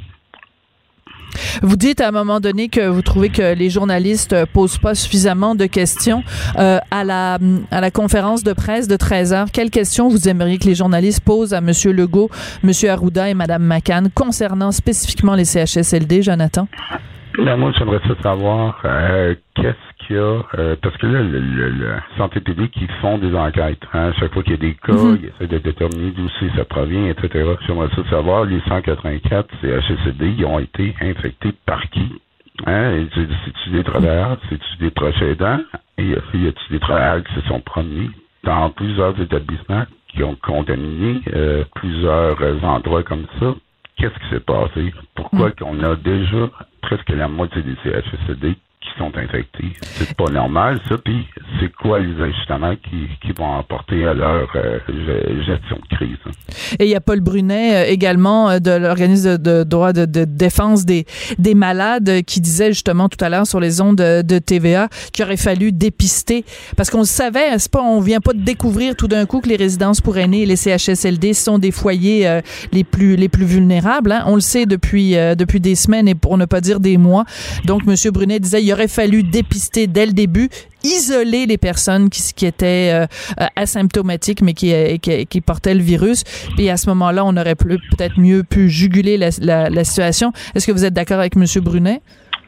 Speaker 3: Vous dites à un moment donné que vous trouvez que les journalistes posent pas suffisamment de questions. À la conférence de presse de 13h, quelles questions vous aimeriez que les journalistes posent à M. Legault, M. Arruda et Mme McCann concernant spécifiquement les CHSLD, Jonathan?
Speaker 16: Ben, moi, j'aimerais ça savoir qu'est-ce qu'il y a, parce que là, le Santé publique, ils font des enquêtes. Hein, chaque fois qu'il y a des cas, ils essaient de déterminer d'où ça provient, etc. J'aimerais ça savoir, les 184 CHSLD, ils ont été infectés par qui? Hein, c'est-tu des travailleurs? C'est-tu des proches aidants? Et y a-t-il des travailleurs qui se sont promenés dans plusieurs établissements qui ont contaminé plusieurs endroits comme ça? Qu'est-ce qui s'est passé? Pourquoi qu'on a déjà presque la moitié des CHSLD qui sont infectés? C'est pas normal, ça. Puis, c'est quoi les ajustements qui vont apporter à leur gestion de crise?
Speaker 3: Et il y a Paul Brunet également de l'organisme de droit de défense des malades qui disait justement tout à l'heure sur les ondes de TVA qu'il aurait fallu dépister parce qu'on le savait, on vient pas de découvrir tout d'un coup que les résidences pour aînés et les CHSLD sont des foyers les plus vulnérables. Hein. On le sait depuis des semaines et pour ne pas dire des mois. Donc M. Brunet disait il aurait fallu dépister dès le début, isoler les personnes qui étaient asymptomatiques mais qui portaient le virus. Puis à ce moment-là, on aurait peut-être mieux pu juguler la situation. Est-ce que vous êtes d'accord avec M. Brunet?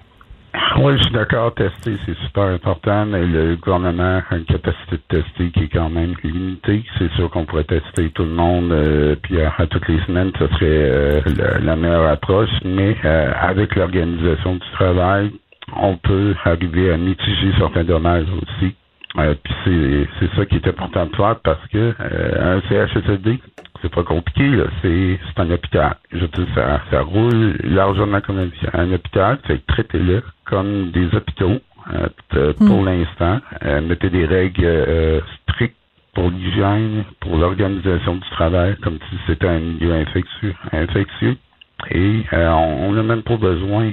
Speaker 16: Oui, je suis d'accord. Tester, c'est super important, mais le gouvernement a une capacité de tester qui est quand même limitée. C'est sûr qu'on pourrait tester tout le monde, puis à toutes les semaines, ce serait la meilleure approche, mais avec l'organisation du travail, on peut arriver à mitiger certains dommages aussi. Puis c'est ça qui est important de faire parce que un CHSLD, c'est pas compliqué, là. C'est un hôpital. Je veux dire, ça roule largement comme un hôpital. Fait que traitez-le comme des hôpitaux pour l'instant. Mettez des règles strictes pour l'hygiène, pour l'organisation du travail, comme si c'était un milieu infectieux. Et on n'a même pas besoin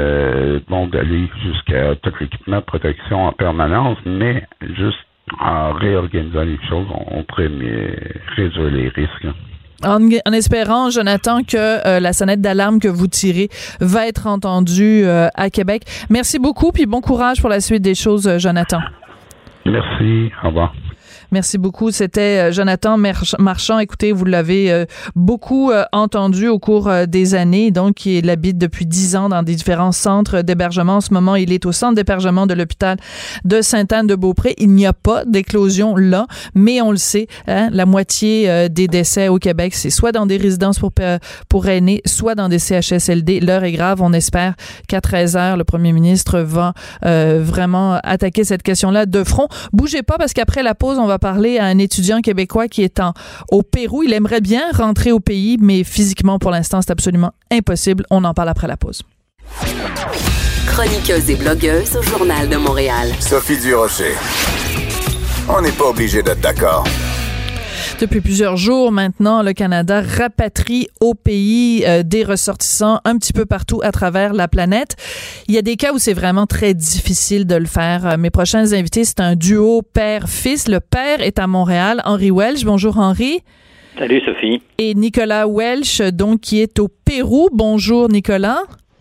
Speaker 16: d'aller jusqu'à tout l'équipement de protection en permanence, mais juste en réorganisant les choses, on pourrait réduire les risques.
Speaker 3: En espérant, Jonathan, que la sonnette d'alarme que vous tirez va être entendue à Québec. Merci beaucoup, puis bon courage pour la suite des choses, Jonathan.
Speaker 16: Merci, au revoir.
Speaker 3: Merci beaucoup. C'était Jonathan Marchand. Écoutez, vous l'avez beaucoup entendu au cours des années. Donc, il habite depuis 10 ans dans des différents centres d'hébergement. En ce moment, il est au centre d'hébergement de l'hôpital de Sainte-Anne-de-Beaupré. Il n'y a pas d'éclosion là, mais on le sait, hein, la moitié des décès au Québec, c'est soit dans des résidences pour aînés, soit dans des CHSLD. L'heure est grave. On espère qu'à 13h, le premier ministre va vraiment attaquer cette question-là de front. Bougez pas parce qu'après la pause, on va parler à un étudiant québécois qui est au Pérou. Il aimerait bien rentrer au pays, mais physiquement, pour l'instant, c'est absolument impossible. On en parle après la pause.
Speaker 15: Chroniqueuse et blogueuse au Journal de Montréal.
Speaker 2: Sophie Durocher. On n'est pas obligé d'être d'accord.
Speaker 3: Depuis plusieurs jours maintenant, le Canada rapatrie au pays des ressortissants un petit peu partout à travers la planète. Il y a des cas où c'est vraiment très difficile de le faire. Mes prochains invités, c'est un duo père-fils. Le père est à Montréal, Henry Welch. Bonjour Henry.
Speaker 17: Salut Sophie.
Speaker 3: Et Nicolas Welch, donc, qui est au Pérou. Bonjour Nicolas.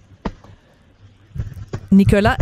Speaker 3: Nicolas.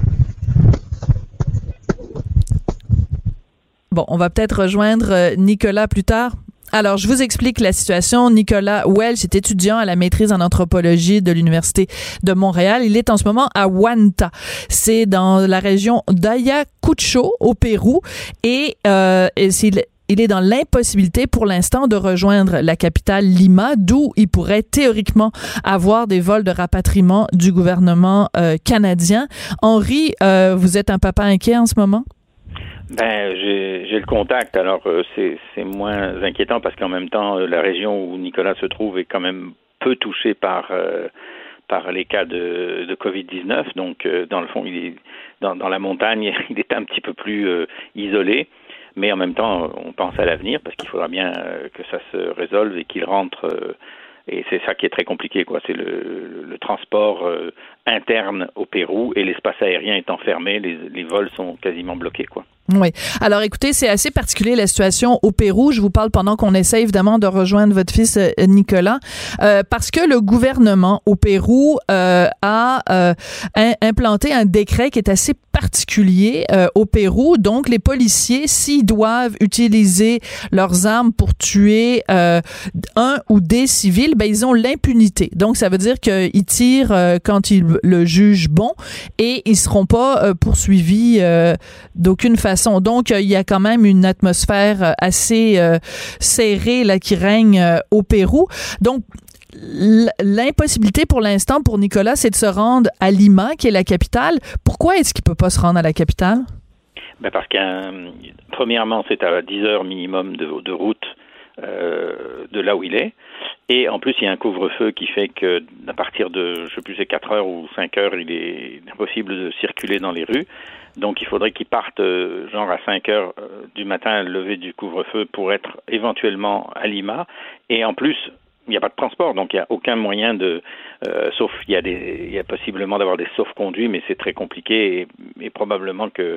Speaker 3: Bon, on va peut-être rejoindre Nicolas plus tard. Alors, je vous explique la situation. Nicolas Welch est étudiant à la maîtrise en anthropologie de l'Université de Montréal. Il est en ce moment à Huanta. C'est dans la région d'Ayacucho, au Pérou. Et il est dans l'impossibilité pour l'instant de rejoindre la capitale Lima, d'où il pourrait théoriquement avoir des vols de rapatriement du gouvernement canadien. Henry, vous êtes un papa inquiet en ce moment?
Speaker 17: Ben, j'ai le contact, alors c'est moins inquiétant parce qu'en même temps, la région où Nicolas se trouve est quand même peu touchée par les cas de COVID-19. Donc, dans le fond, il est dans la montagne, il est un petit peu plus isolé. Mais en même temps, on pense à l'avenir parce qu'il faudra bien que ça se résolve et qu'il rentre. Et c'est ça qui est très compliqué, quoi. C'est le transport interne au Pérou et l'espace aérien étant fermé, les vols sont quasiment bloqués, quoi.
Speaker 3: Oui. Alors, écoutez, c'est assez particulier la situation au Pérou. Je vous parle pendant qu'on essaie évidemment de rejoindre votre fils Nicolas, parce que le gouvernement au Pérou a implanté un décret qui est assez particulier au Pérou. Donc, les policiers, s'ils doivent utiliser leurs armes pour tuer un ou des civils, ben ils ont l'impunité. Donc, ça veut dire qu'ils tirent quand ils le jugent bon et ils seront pas poursuivis d'aucune façon. Donc, il y a quand même une atmosphère assez serrée là qui règne au Pérou. Donc, l'impossibilité pour l'instant pour Nicolas, c'est de se rendre à Lima, qui est la capitale. Pourquoi est-ce qu'il peut pas se rendre à la capitale?
Speaker 17: Ben parce premièrement, c'est à 10 heures minimum de route de là où il est. Et en plus, il y a un couvre-feu qui fait que à partir de, je sais plus, c'est 4 heures ou 5 heures, il est impossible de circuler dans les rues. Donc, il faudrait qu'il parte genre à 5 heures du matin, lever du couvre-feu pour être éventuellement à Lima. Et en plus, il n'y a pas de transport, donc il n'y a aucun moyen sauf il y a possiblement d'avoir des sauf-conduits, mais c'est très compliqué et probablement que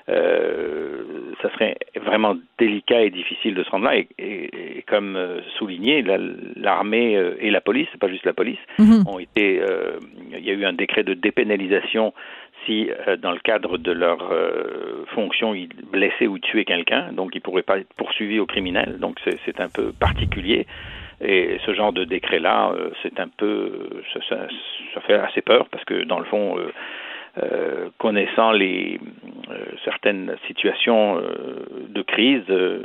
Speaker 17: ça serait vraiment délicat et difficile de se rendre là. Et comme souligné, l'armée et la police, c'est pas juste la police, ont été. Il y a eu un décret de dépénalisation si, dans le cadre de leur fonction, ils blessaient ou tuaient quelqu'un, donc ils ne pourraient pas être poursuivis au criminel. Donc c'est un peu particulier. Et ce genre de décret-là, c'est un peu, ça fait assez peur parce que dans le fond, connaissant certaines situations de crise,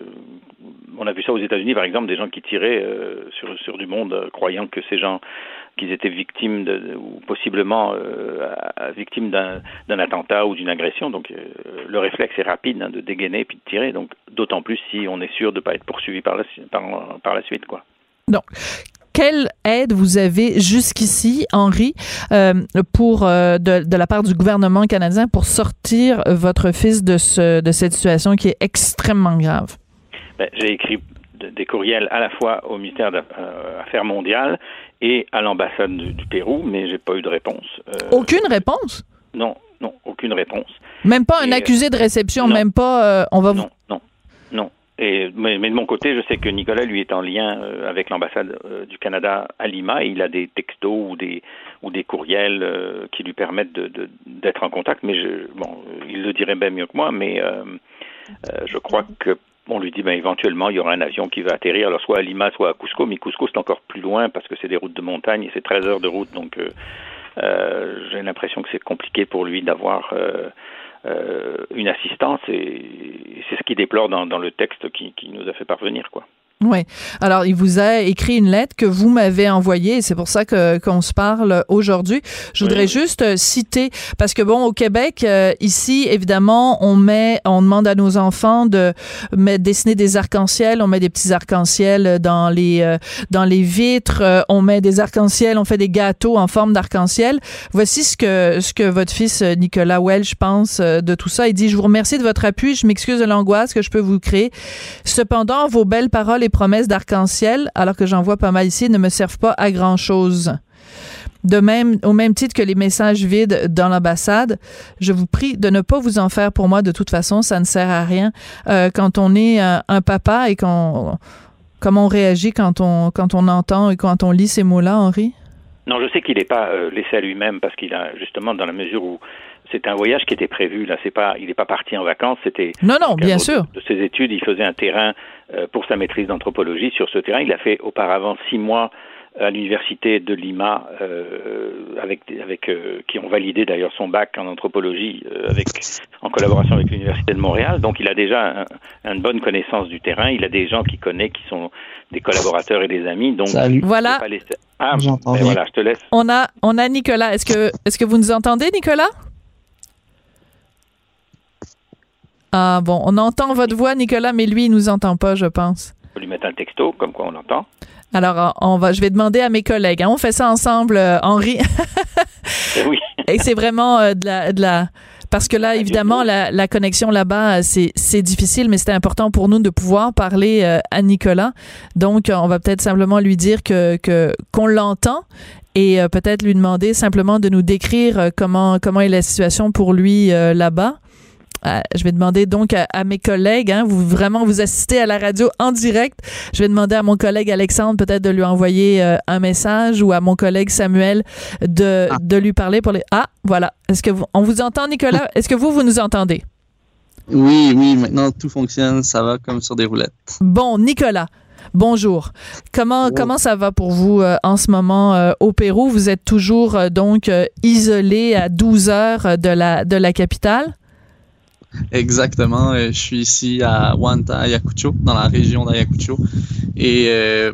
Speaker 17: on a vu ça aux États-Unis par exemple, des gens qui tiraient sur du monde, croyant que ces gens qu'ils étaient victimes ou possiblement victimes d'un attentat ou d'une agression. Donc le réflexe est rapide de dégainer puis de tirer. Donc d'autant plus si on est sûr de ne pas être poursuivi par la suite, quoi.
Speaker 3: Donc, quelle aide vous avez jusqu'ici, Henry, de la part du gouvernement canadien pour sortir votre fils de cette situation qui est extrêmement grave?
Speaker 17: Ben, j'ai écrit des courriels à la fois au ministère des Affaires mondiales et à l'ambassade du Pérou, mais j'ai pas eu de réponse.
Speaker 3: Aucune réponse?
Speaker 17: Non, aucune réponse.
Speaker 3: Même pas un accusé de réception, non, même pas...
Speaker 17: Non. Mais de mon côté, je sais que Nicolas, lui, est en lien avec l'ambassade du Canada à Lima et il a des textos ou des courriels qui lui permettent d'être en contact. Mais il le dirait bien mieux que moi, mais je crois que on lui dit, éventuellement, il y aura un avion qui va atterrir, alors soit à Lima, soit à Cusco, mais Cusco, c'est encore plus loin parce que c'est des routes de montagne et c'est 13 heures de route, donc j'ai l'impression que c'est compliqué pour lui d'avoir une assistance et c'est ce qu'il déplore dans le texte qui nous a fait parvenir, quoi.
Speaker 3: Oui. Alors, il vous a écrit une lettre que vous m'avez envoyée et c'est pour ça qu'on se parle aujourd'hui. Je voudrais juste citer, parce que bon, au Québec, ici, évidemment, on demande à nos enfants de dessiner des arcs-en-ciel, on met des petits arcs-en-ciel dans les vitres, on met des arcs-en-ciel, on fait des gâteaux en forme d'arc-en-ciel. Voici ce que votre fils Nicolas Welch pense de tout ça. Il dit: je vous remercie de votre appui, je m'excuse de l'angoisse que je peux vous créer. Cependant, vos belles paroles et promesses d'arc-en-ciel, alors que j'en vois pas mal ici, ne me servent pas à grand-chose. Au même titre que les messages vides dans l'ambassade, je vous prie de ne pas vous en faire pour moi. De toute façon, ça ne sert à rien. Quand on est un papa et comment on réagit quand on entend et quand on lit ces mots-là, Henri?
Speaker 17: Non, je sais qu'il n'est pas laissé à lui-même parce qu'il a justement, dans la mesure où c'est un voyage qui était prévu. Là, il n'est pas parti en vacances. C'était
Speaker 3: bien sûr.
Speaker 17: De ses études, il faisait un terrain pour sa maîtrise d'anthropologie. Sur ce terrain, il a fait auparavant 6 mois à l'université de Lima, qui ont validé d'ailleurs son bac en anthropologie en collaboration avec l'université de Montréal. Donc, il a déjà une bonne connaissance du terrain. Il a des gens qu'il connaît qui sont des collaborateurs et des amis. Donc,
Speaker 3: voilà.
Speaker 17: Voilà, je te laisse.
Speaker 3: On a Nicolas. Est-ce que vous nous entendez, Nicolas? Ah bon, on entend votre voix, Nicolas, mais lui, il nous entend pas, je pense.
Speaker 17: On va lui mettre un texto, comme quoi on l'entend.
Speaker 3: Alors, je vais demander à mes collègues. On fait ça ensemble, Henri.
Speaker 17: Oui.
Speaker 3: Et c'est vraiment parce que là, évidemment, la connexion là-bas, c'est difficile, mais c'était important pour nous de pouvoir parler à Nicolas. Donc, on va peut-être simplement lui dire qu'on l'entend et peut-être lui demander simplement de nous décrire comment est la situation pour lui là-bas. Je vais demander donc à mes collègues, vous assistez à la radio en direct. Je vais demander à mon collègue Alexandre peut-être de lui envoyer un message ou à mon collègue Samuel de lui parler pour les... Ah, voilà. Est-ce que on vous entend, Nicolas? Est-ce que vous nous entendez?
Speaker 18: Oui, maintenant tout fonctionne, ça va comme sur des roulettes.
Speaker 3: Bon, Nicolas, bonjour. Comment ça va pour vous en ce moment au Pérou? Vous êtes toujours donc isolé à 12 heures de la capitale?
Speaker 18: Exactement. Je suis ici à Huanta, Ayacucho, dans la région d'Ayacucho. Et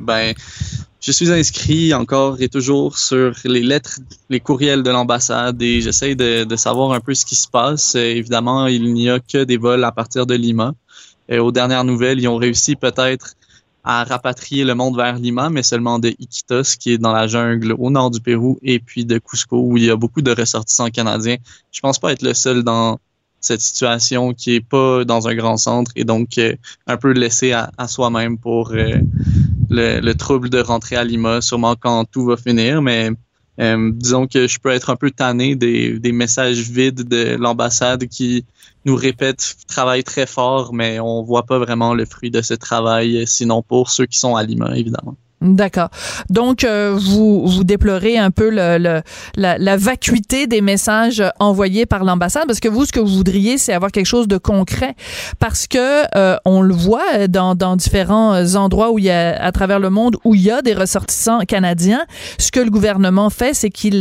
Speaker 18: je suis inscrit encore et toujours sur les lettres, les courriels de l'ambassade et j'essaie de savoir un peu ce qui se passe. Évidemment, il n'y a que des vols à partir de Lima. Aux dernières nouvelles, ils ont réussi peut-être à rapatrier le monde vers Lima, mais seulement de Iquitos, qui est dans la jungle au nord du Pérou, et puis de Cusco, où il y a beaucoup de ressortissants canadiens. Je pense pas être le seul dans cette situation qui est pas dans un grand centre et donc un peu laissé à soi-même pour le trouble de rentrer à Lima, sûrement quand tout va finir, mais disons que je peux être un peu tanné des messages vides de l'ambassade qui nous répètent « travail très fort », mais on voit pas vraiment le fruit de ce travail, sinon pour ceux qui sont à Lima, évidemment.
Speaker 3: D'accord. Donc, vous déplorez un peu la vacuité des messages envoyés par l'ambassade, parce que vous, ce que vous voudriez, c'est avoir quelque chose de concret, parce que on le voit dans différents endroits où il y a, à travers le monde, où il y a des ressortissants canadiens. Ce que le gouvernement fait, c'est qu'il,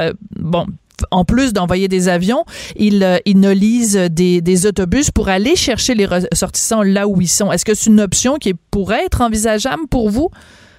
Speaker 3: en plus d'envoyer des avions, il lise des autobus pour aller chercher les ressortissants là où ils sont. Est-ce que c'est une option qui pourrait être envisageable pour vous?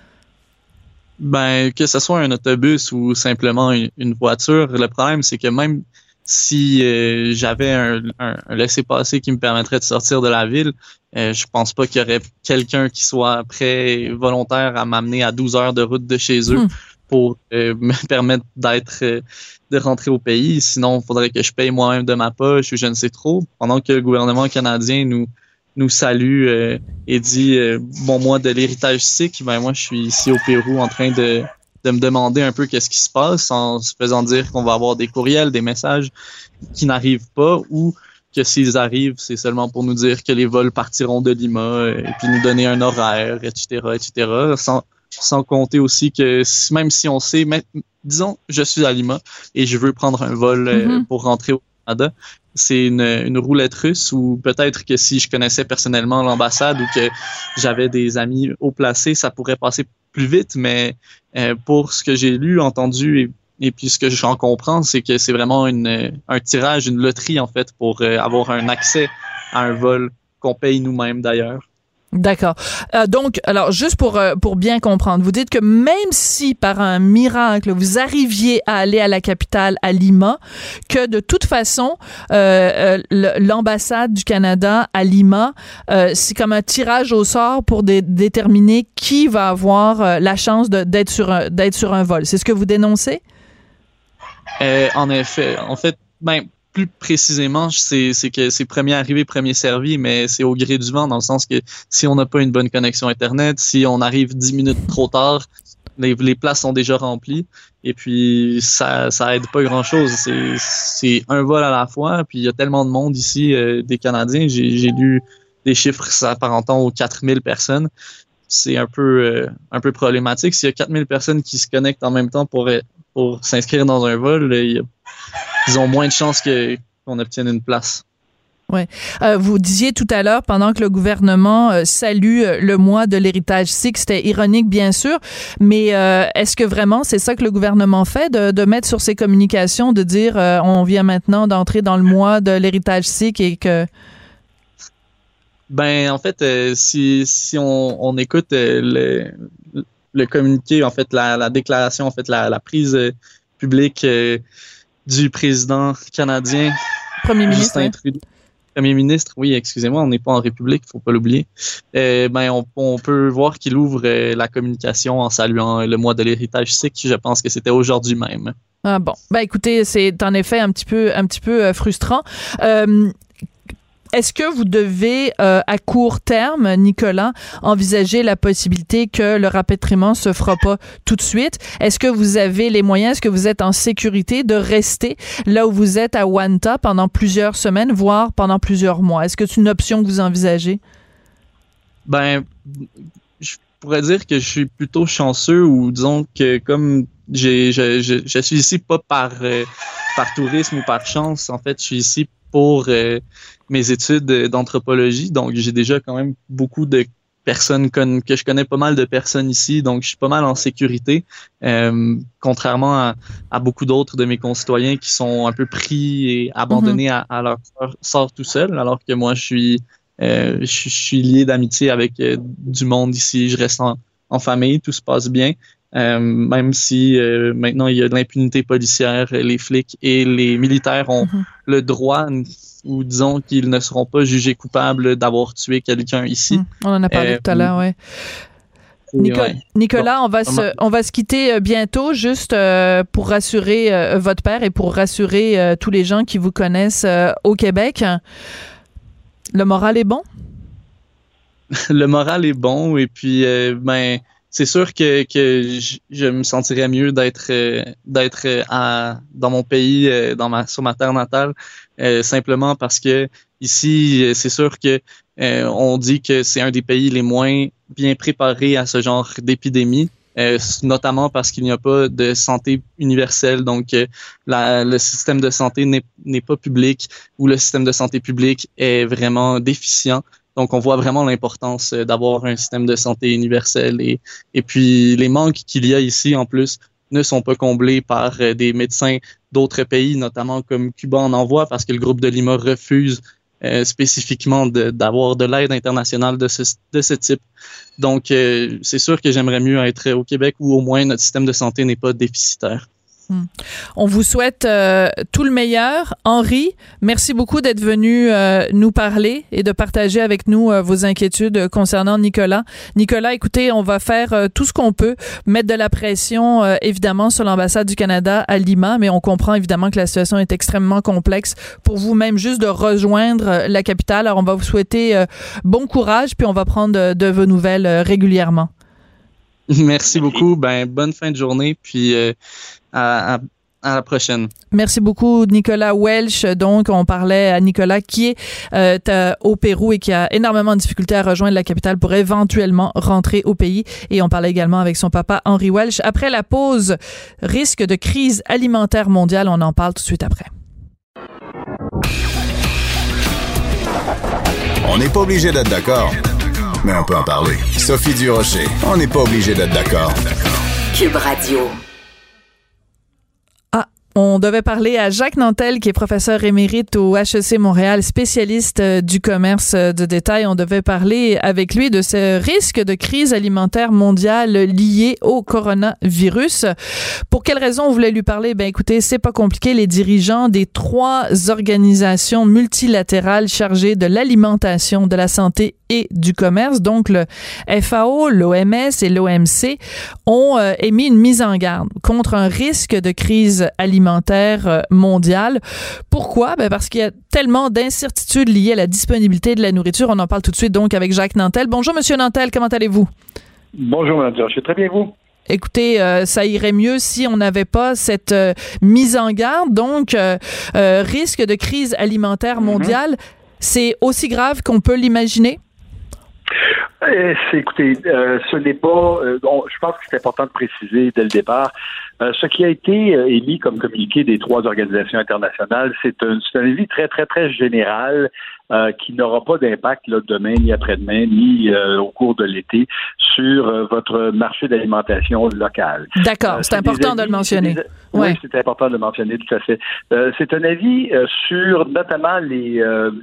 Speaker 18: Que ce soit un autobus ou simplement une voiture, le problème, c'est que même si j'avais un laissez-passer qui me permettrait de sortir de la ville, je pense pas qu'il y aurait quelqu'un qui soit prêt, volontaire à m'amener à 12 heures de route de chez eux pour me permettre de rentrer au pays. Sinon, il faudrait que je paye moi-même de ma poche ou je ne sais trop. Pendant que le gouvernement canadien nous salue et dit bon mois de l'héritage sikh, moi je suis ici au Pérou en train de me demander un peu qu'est-ce qui se passe en se faisant dire qu'on va avoir des courriels, des messages qui n'arrivent pas ou que s'ils arrivent, c'est seulement pour nous dire que les vols partiront de Lima et puis nous donner un horaire, etc., sans compter aussi que même si on sait, disons, je suis à Lima et je veux prendre un vol pour rentrer au Canada. C'est une roulette russe où peut-être que si je connaissais personnellement l'ambassade ou que j'avais des amis haut placés, ça pourrait passer plus vite, mais pour ce que j'ai lu, entendu et puis ce que j'en comprends, c'est que c'est vraiment un tirage, une loterie en fait pour avoir un accès à un vol qu'on paye nous-mêmes d'ailleurs.
Speaker 3: D'accord. Donc, alors, juste pour bien comprendre, vous dites que même si par un miracle vous arriviez à aller à la capitale, à Lima, que de toute façon, l'ambassade du Canada à Lima, c'est comme un tirage au sort pour déterminer qui va avoir la chance d'être sur un vol. C'est ce que vous dénoncez?
Speaker 18: En effet. En fait, plus précisément, c'est que c'est premier arrivé, premier servi, mais c'est au gré du vent, dans le sens que si on n'a pas une bonne connexion Internet, si on arrive 10 minutes trop tard, les places sont déjà remplies, et puis ça aide pas grand-chose. C'est un vol à la fois, puis il y a tellement de monde ici, des Canadiens, j'ai lu des chiffres s'apparentant aux 4000 personnes. C'est un peu problématique. S'il y a 4000 personnes qui se connectent en même temps pour s'inscrire dans un vol, ils ont moins de chances qu'on obtienne une place.
Speaker 3: Ouais. Vous disiez tout à l'heure, pendant que le gouvernement salue le mois de l'héritage sikh, c'était ironique bien sûr, mais est-ce que vraiment c'est ça que le gouvernement fait, de mettre sur ses communications, de dire on vient maintenant d'entrer dans le mois de l'héritage sikh et que...
Speaker 18: En fait, si on écoute le communiqué, en fait, la déclaration, en fait, la prise publique du président canadien,
Speaker 3: Premier ministre,
Speaker 18: Justin Trudeau. Premier ministre, oui, excusez-moi, on n'est pas en République, faut pas l'oublier. On peut voir qu'il ouvre la communication en saluant le mois de l'héritage sikh. Je pense que c'était aujourd'hui même.
Speaker 3: Ah bon, écoutez, c'est en effet un petit peu frustrant. Est-ce que vous devez, à court terme, Nicolas, envisager la possibilité que le rapatriement se fera pas tout de suite? Est-ce que vous avez les moyens, est-ce que vous êtes en sécurité de rester là où vous êtes à Wanta pendant plusieurs semaines, voire pendant plusieurs mois? Est-ce que c'est une option que vous envisagez?
Speaker 18: Je pourrais dire que je suis plutôt chanceux, ou disons que comme je suis ici pas par tourisme ou par chance, en fait, je suis ici pour mes études d'anthropologie, donc j'ai déjà quand même beaucoup de personnes que je connais, pas mal de personnes ici, donc je suis pas mal en sécurité, contrairement à beaucoup d'autres de mes concitoyens qui sont un peu pris et abandonnés à leur sort tout seul, alors que moi je suis lié d'amitié avec du monde ici, je reste en famille, tout se passe bien. Même si maintenant il y a de l'impunité policière, les flics et les militaires ont le droit, ou disons qu'ils ne seront pas jugés coupables d'avoir tué quelqu'un ici.
Speaker 3: On en a parlé tout à l'heure, oui. Nicolas, on va se quitter bientôt, juste pour rassurer votre père et pour rassurer tous les gens qui vous connaissent au Québec. Le moral est bon?
Speaker 18: Le moral est bon, et puis c'est sûr que je me sentirais mieux d'être dans mon pays, sur ma terre natale, simplement parce que ici, c'est sûr que on dit que c'est un des pays les moins bien préparés à ce genre d'épidémie, notamment parce qu'il n'y a pas de santé universelle, donc le système de santé n'est pas public, ou le système de santé public est vraiment déficient. Donc, on voit vraiment l'importance d'avoir un système de santé universel, et puis les manques qu'il y a ici, en plus, ne sont pas comblés par des médecins d'autres pays, notamment comme Cuba en envoie, parce que le groupe de Lima refuse spécifiquement d'avoir de l'aide internationale de ce type. Donc, c'est sûr que j'aimerais mieux être au Québec, où au moins notre système de santé n'est pas déficitaire.
Speaker 3: On vous souhaite tout le meilleur. Henri, merci beaucoup d'être venu nous parler et de partager avec nous vos inquiétudes concernant Nicolas. Nicolas, écoutez, on va faire tout ce qu'on peut, mettre de la pression évidemment sur l'ambassade du Canada à Lima, mais on comprend évidemment que la situation est extrêmement complexe pour vous, même juste de rejoindre la capitale. Alors on va vous souhaiter bon courage, puis on va prendre de vos nouvelles régulièrement.
Speaker 18: Merci beaucoup. Bonne fin de journée, puis à la prochaine.
Speaker 3: Merci beaucoup, Nicolas Welch. Donc, on parlait à Nicolas qui est au Pérou et qui a énormément de difficultés à rejoindre la capitale pour éventuellement rentrer au pays. Et on parlait également avec son papa, Henri Welch. Après la pause, risque de crise alimentaire mondiale. On en parle tout de suite après.
Speaker 2: On n'est pas obligé d'être d'accord, mais on peut en parler. Sophie Durocher, on n'est pas obligé d'être d'accord.
Speaker 15: Cube Radio.
Speaker 3: On devait parler à Jacques Nantel, qui est professeur émérite au HEC Montréal, spécialiste du commerce de détail. On devait parler avec lui de ce risque de crise alimentaire mondiale lié au coronavirus. Pour quelles raisons on voulait lui parler? Ben, écoutez, c'est pas compliqué. Les dirigeants des 3 organisations multilatérales chargées de l'alimentation, de la santé et du commerce, donc le FAO, l'OMS et l'OMC, ont émis une mise en garde contre un risque de crise alimentaire mondiale. Pourquoi? Ben parce qu'il y a tellement d'incertitudes liées à la disponibilité de la nourriture. On en parle tout de suite donc avec Jacques Nantel. Bonjour Monsieur Nantel, comment allez-vous?
Speaker 19: Bonjour Mme Durocher, très bien vous?
Speaker 3: Écoutez, ça irait mieux si on n'avait pas cette mise en garde. Donc, risque de crise alimentaire mondiale, c'est aussi grave qu'on peut l'imaginer?
Speaker 19: Écoutez, ce n'est pas... je pense que c'est important de préciser dès le départ. Ce qui a été émis comme communiqué des 3 organisations internationales, c'est un avis très, très, très général qui n'aura pas d'impact là, demain, ni après-demain, ni au cours de l'été sur votre marché d'alimentation local.
Speaker 3: D'accord, c'est important de le mentionner.
Speaker 19: Oui, c'est important de le mentionner, tout à fait. C'est un avis sur notamment les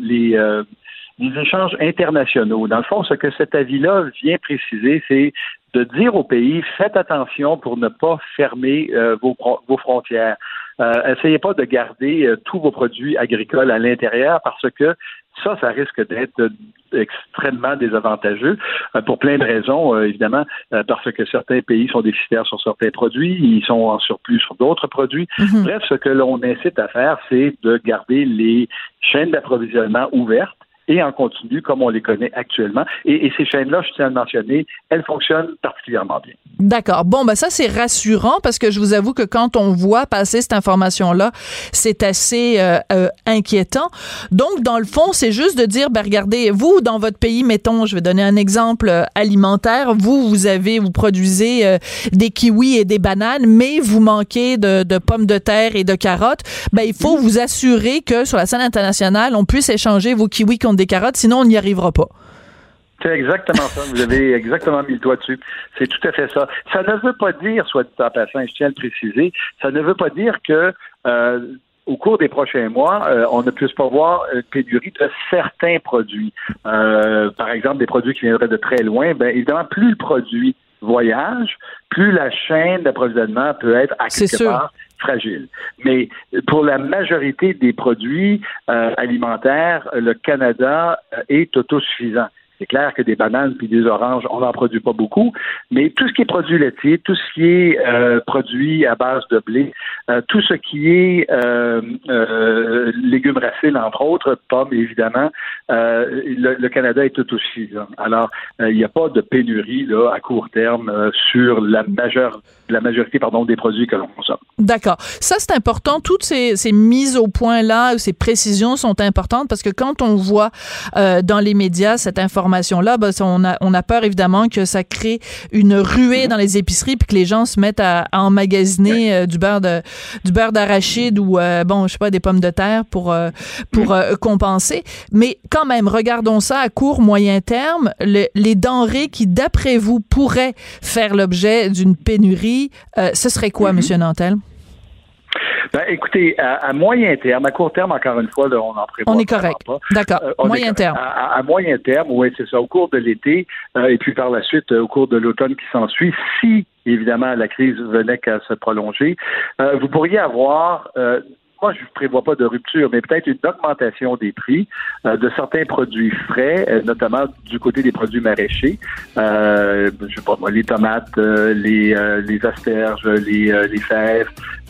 Speaker 19: échanges internationaux. Dans le fond, ce que cet avis-là vient préciser, c'est de dire aux pays, faites attention pour ne pas fermer vos frontières. Essayez pas de garder tous vos produits agricoles à l'intérieur parce que ça risque d'être extrêmement désavantageux pour plein de raisons, évidemment, parce que certains pays sont déficitaires sur certains produits, ils sont en surplus sur d'autres produits. Bref, ce que l'on incite à faire, c'est de garder les chaînes d'approvisionnement ouvertes et en continu, comme on les connaît actuellement. Et ces chaînes-là, je tiens à le mentionner, elles fonctionnent particulièrement bien.
Speaker 3: D'accord. Bon, ben ça, c'est rassurant parce que je vous avoue que quand on voit passer cette information-là, c'est assez inquiétant. Donc, dans le fond, c'est juste de dire, ben regardez, vous, dans votre pays, mettons, je vais donner un exemple alimentaire, vous produisez des kiwis et des bananes, mais vous manquez de pommes de terre et de carottes. Ben, il faut vous assurer que sur la scène internationale, on puisse échanger vos kiwis contre des carottes, sinon on n'y arrivera pas.
Speaker 19: C'est exactement ça. Vous avez exactement mis le doigt dessus. C'est tout à fait ça. Ça ne veut pas dire, soit dit en passant, je tiens à le préciser, ça ne veut pas dire que au cours des prochains mois, on ne puisse pas voir une pénurie de certains produits. Par exemple, des produits qui viendraient de très loin. Ben évidemment, plus le produit voyage, plus la chaîne d'approvisionnement peut être à quelque part fragile. Mais pour la majorité des produits alimentaires, le Canada est autosuffisant. C'est clair que des bananes puis des oranges, on n'en produit pas beaucoup, mais tout ce qui est produit laitier, tout ce qui est produit à base de blé, tout ce qui est légumes racines, entre autres, pommes évidemment, le Canada est autosuffisant. Alors, il n'y a pas de pénurie là à court terme sur la majorité des produits que l'on consomme. D'accord. Ça, c'est important. Toutes ces mises au point-là, ces précisions sont importantes parce que quand on voit dans les médias cette information-là, on a peur évidemment que ça crée une ruée dans les épiceries puis que les gens se mettent à emmagasiner du beurre d'arachide ou je sais pas, des pommes de terre pour compenser. Mais quand même, regardons ça à court, moyen terme. Les denrées qui, d'après vous, pourraient faire l'objet d'une pénurie, ce serait quoi, Monsieur Nantel? Ben, écoutez, à moyen terme, à court terme, encore une fois, là, on en prévoit. On est correct. Pas. D'accord. Moyen terme. À moyen terme, oui, c'est ça. Au cours de l'été, et puis par la suite, au cours de l'automne qui s'ensuit, si, évidemment, la crise venait qu'à se prolonger, vous pourriez avoir... moi, je ne prévois pas de rupture, mais peut-être une augmentation des prix de certains produits frais, notamment du côté des produits maraîchers. Je sais pas moi, les tomates, les asperges, les fèves,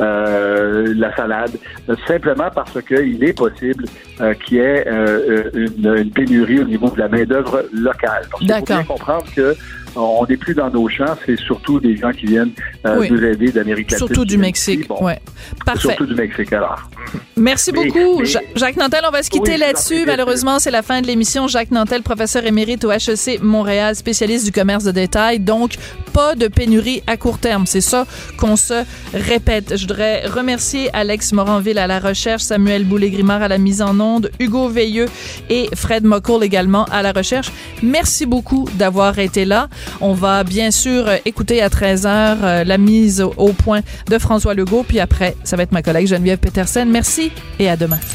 Speaker 19: la salade, simplement parce qu'il est possible qu'il y ait une pénurie au niveau de la main-d'œuvre locale. Donc, il faut bien comprendre que on n'est plus dans nos champs, c'est surtout des gens qui viennent nous aider d'Amérique latine. Surtout du Mexique, oui. Parfait. Surtout du Mexique, alors.
Speaker 3: Merci beaucoup. Jacques Nantel, on va se quitter là-dessus. Malheureusement, c'est la fin de l'émission. Jacques Nantel, professeur émérite au HEC Montréal, spécialiste du commerce de détail. Donc, pas de pénurie à court terme. C'est ça qu'on se répète. Je voudrais remercier Alex Moranville à la recherche, Samuel Boulay-Grimard à la mise en onde, Hugo Veilleux et Fred Mockle également à la recherche. Merci beaucoup d'avoir été là. On va bien sûr écouter à 13h la mise au point de François Legault. Puis après, ça va être ma collègue Geneviève Petersen. Merci et à demain.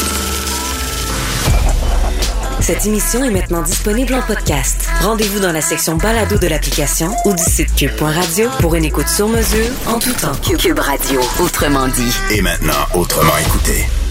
Speaker 15: Cette émission est maintenant disponible en podcast. Rendez-vous dans la section balado de l'application ou du site cube.radio pour une écoute sur mesure en tout temps. Cube Radio, autrement dit.
Speaker 2: Et maintenant, autrement écouté.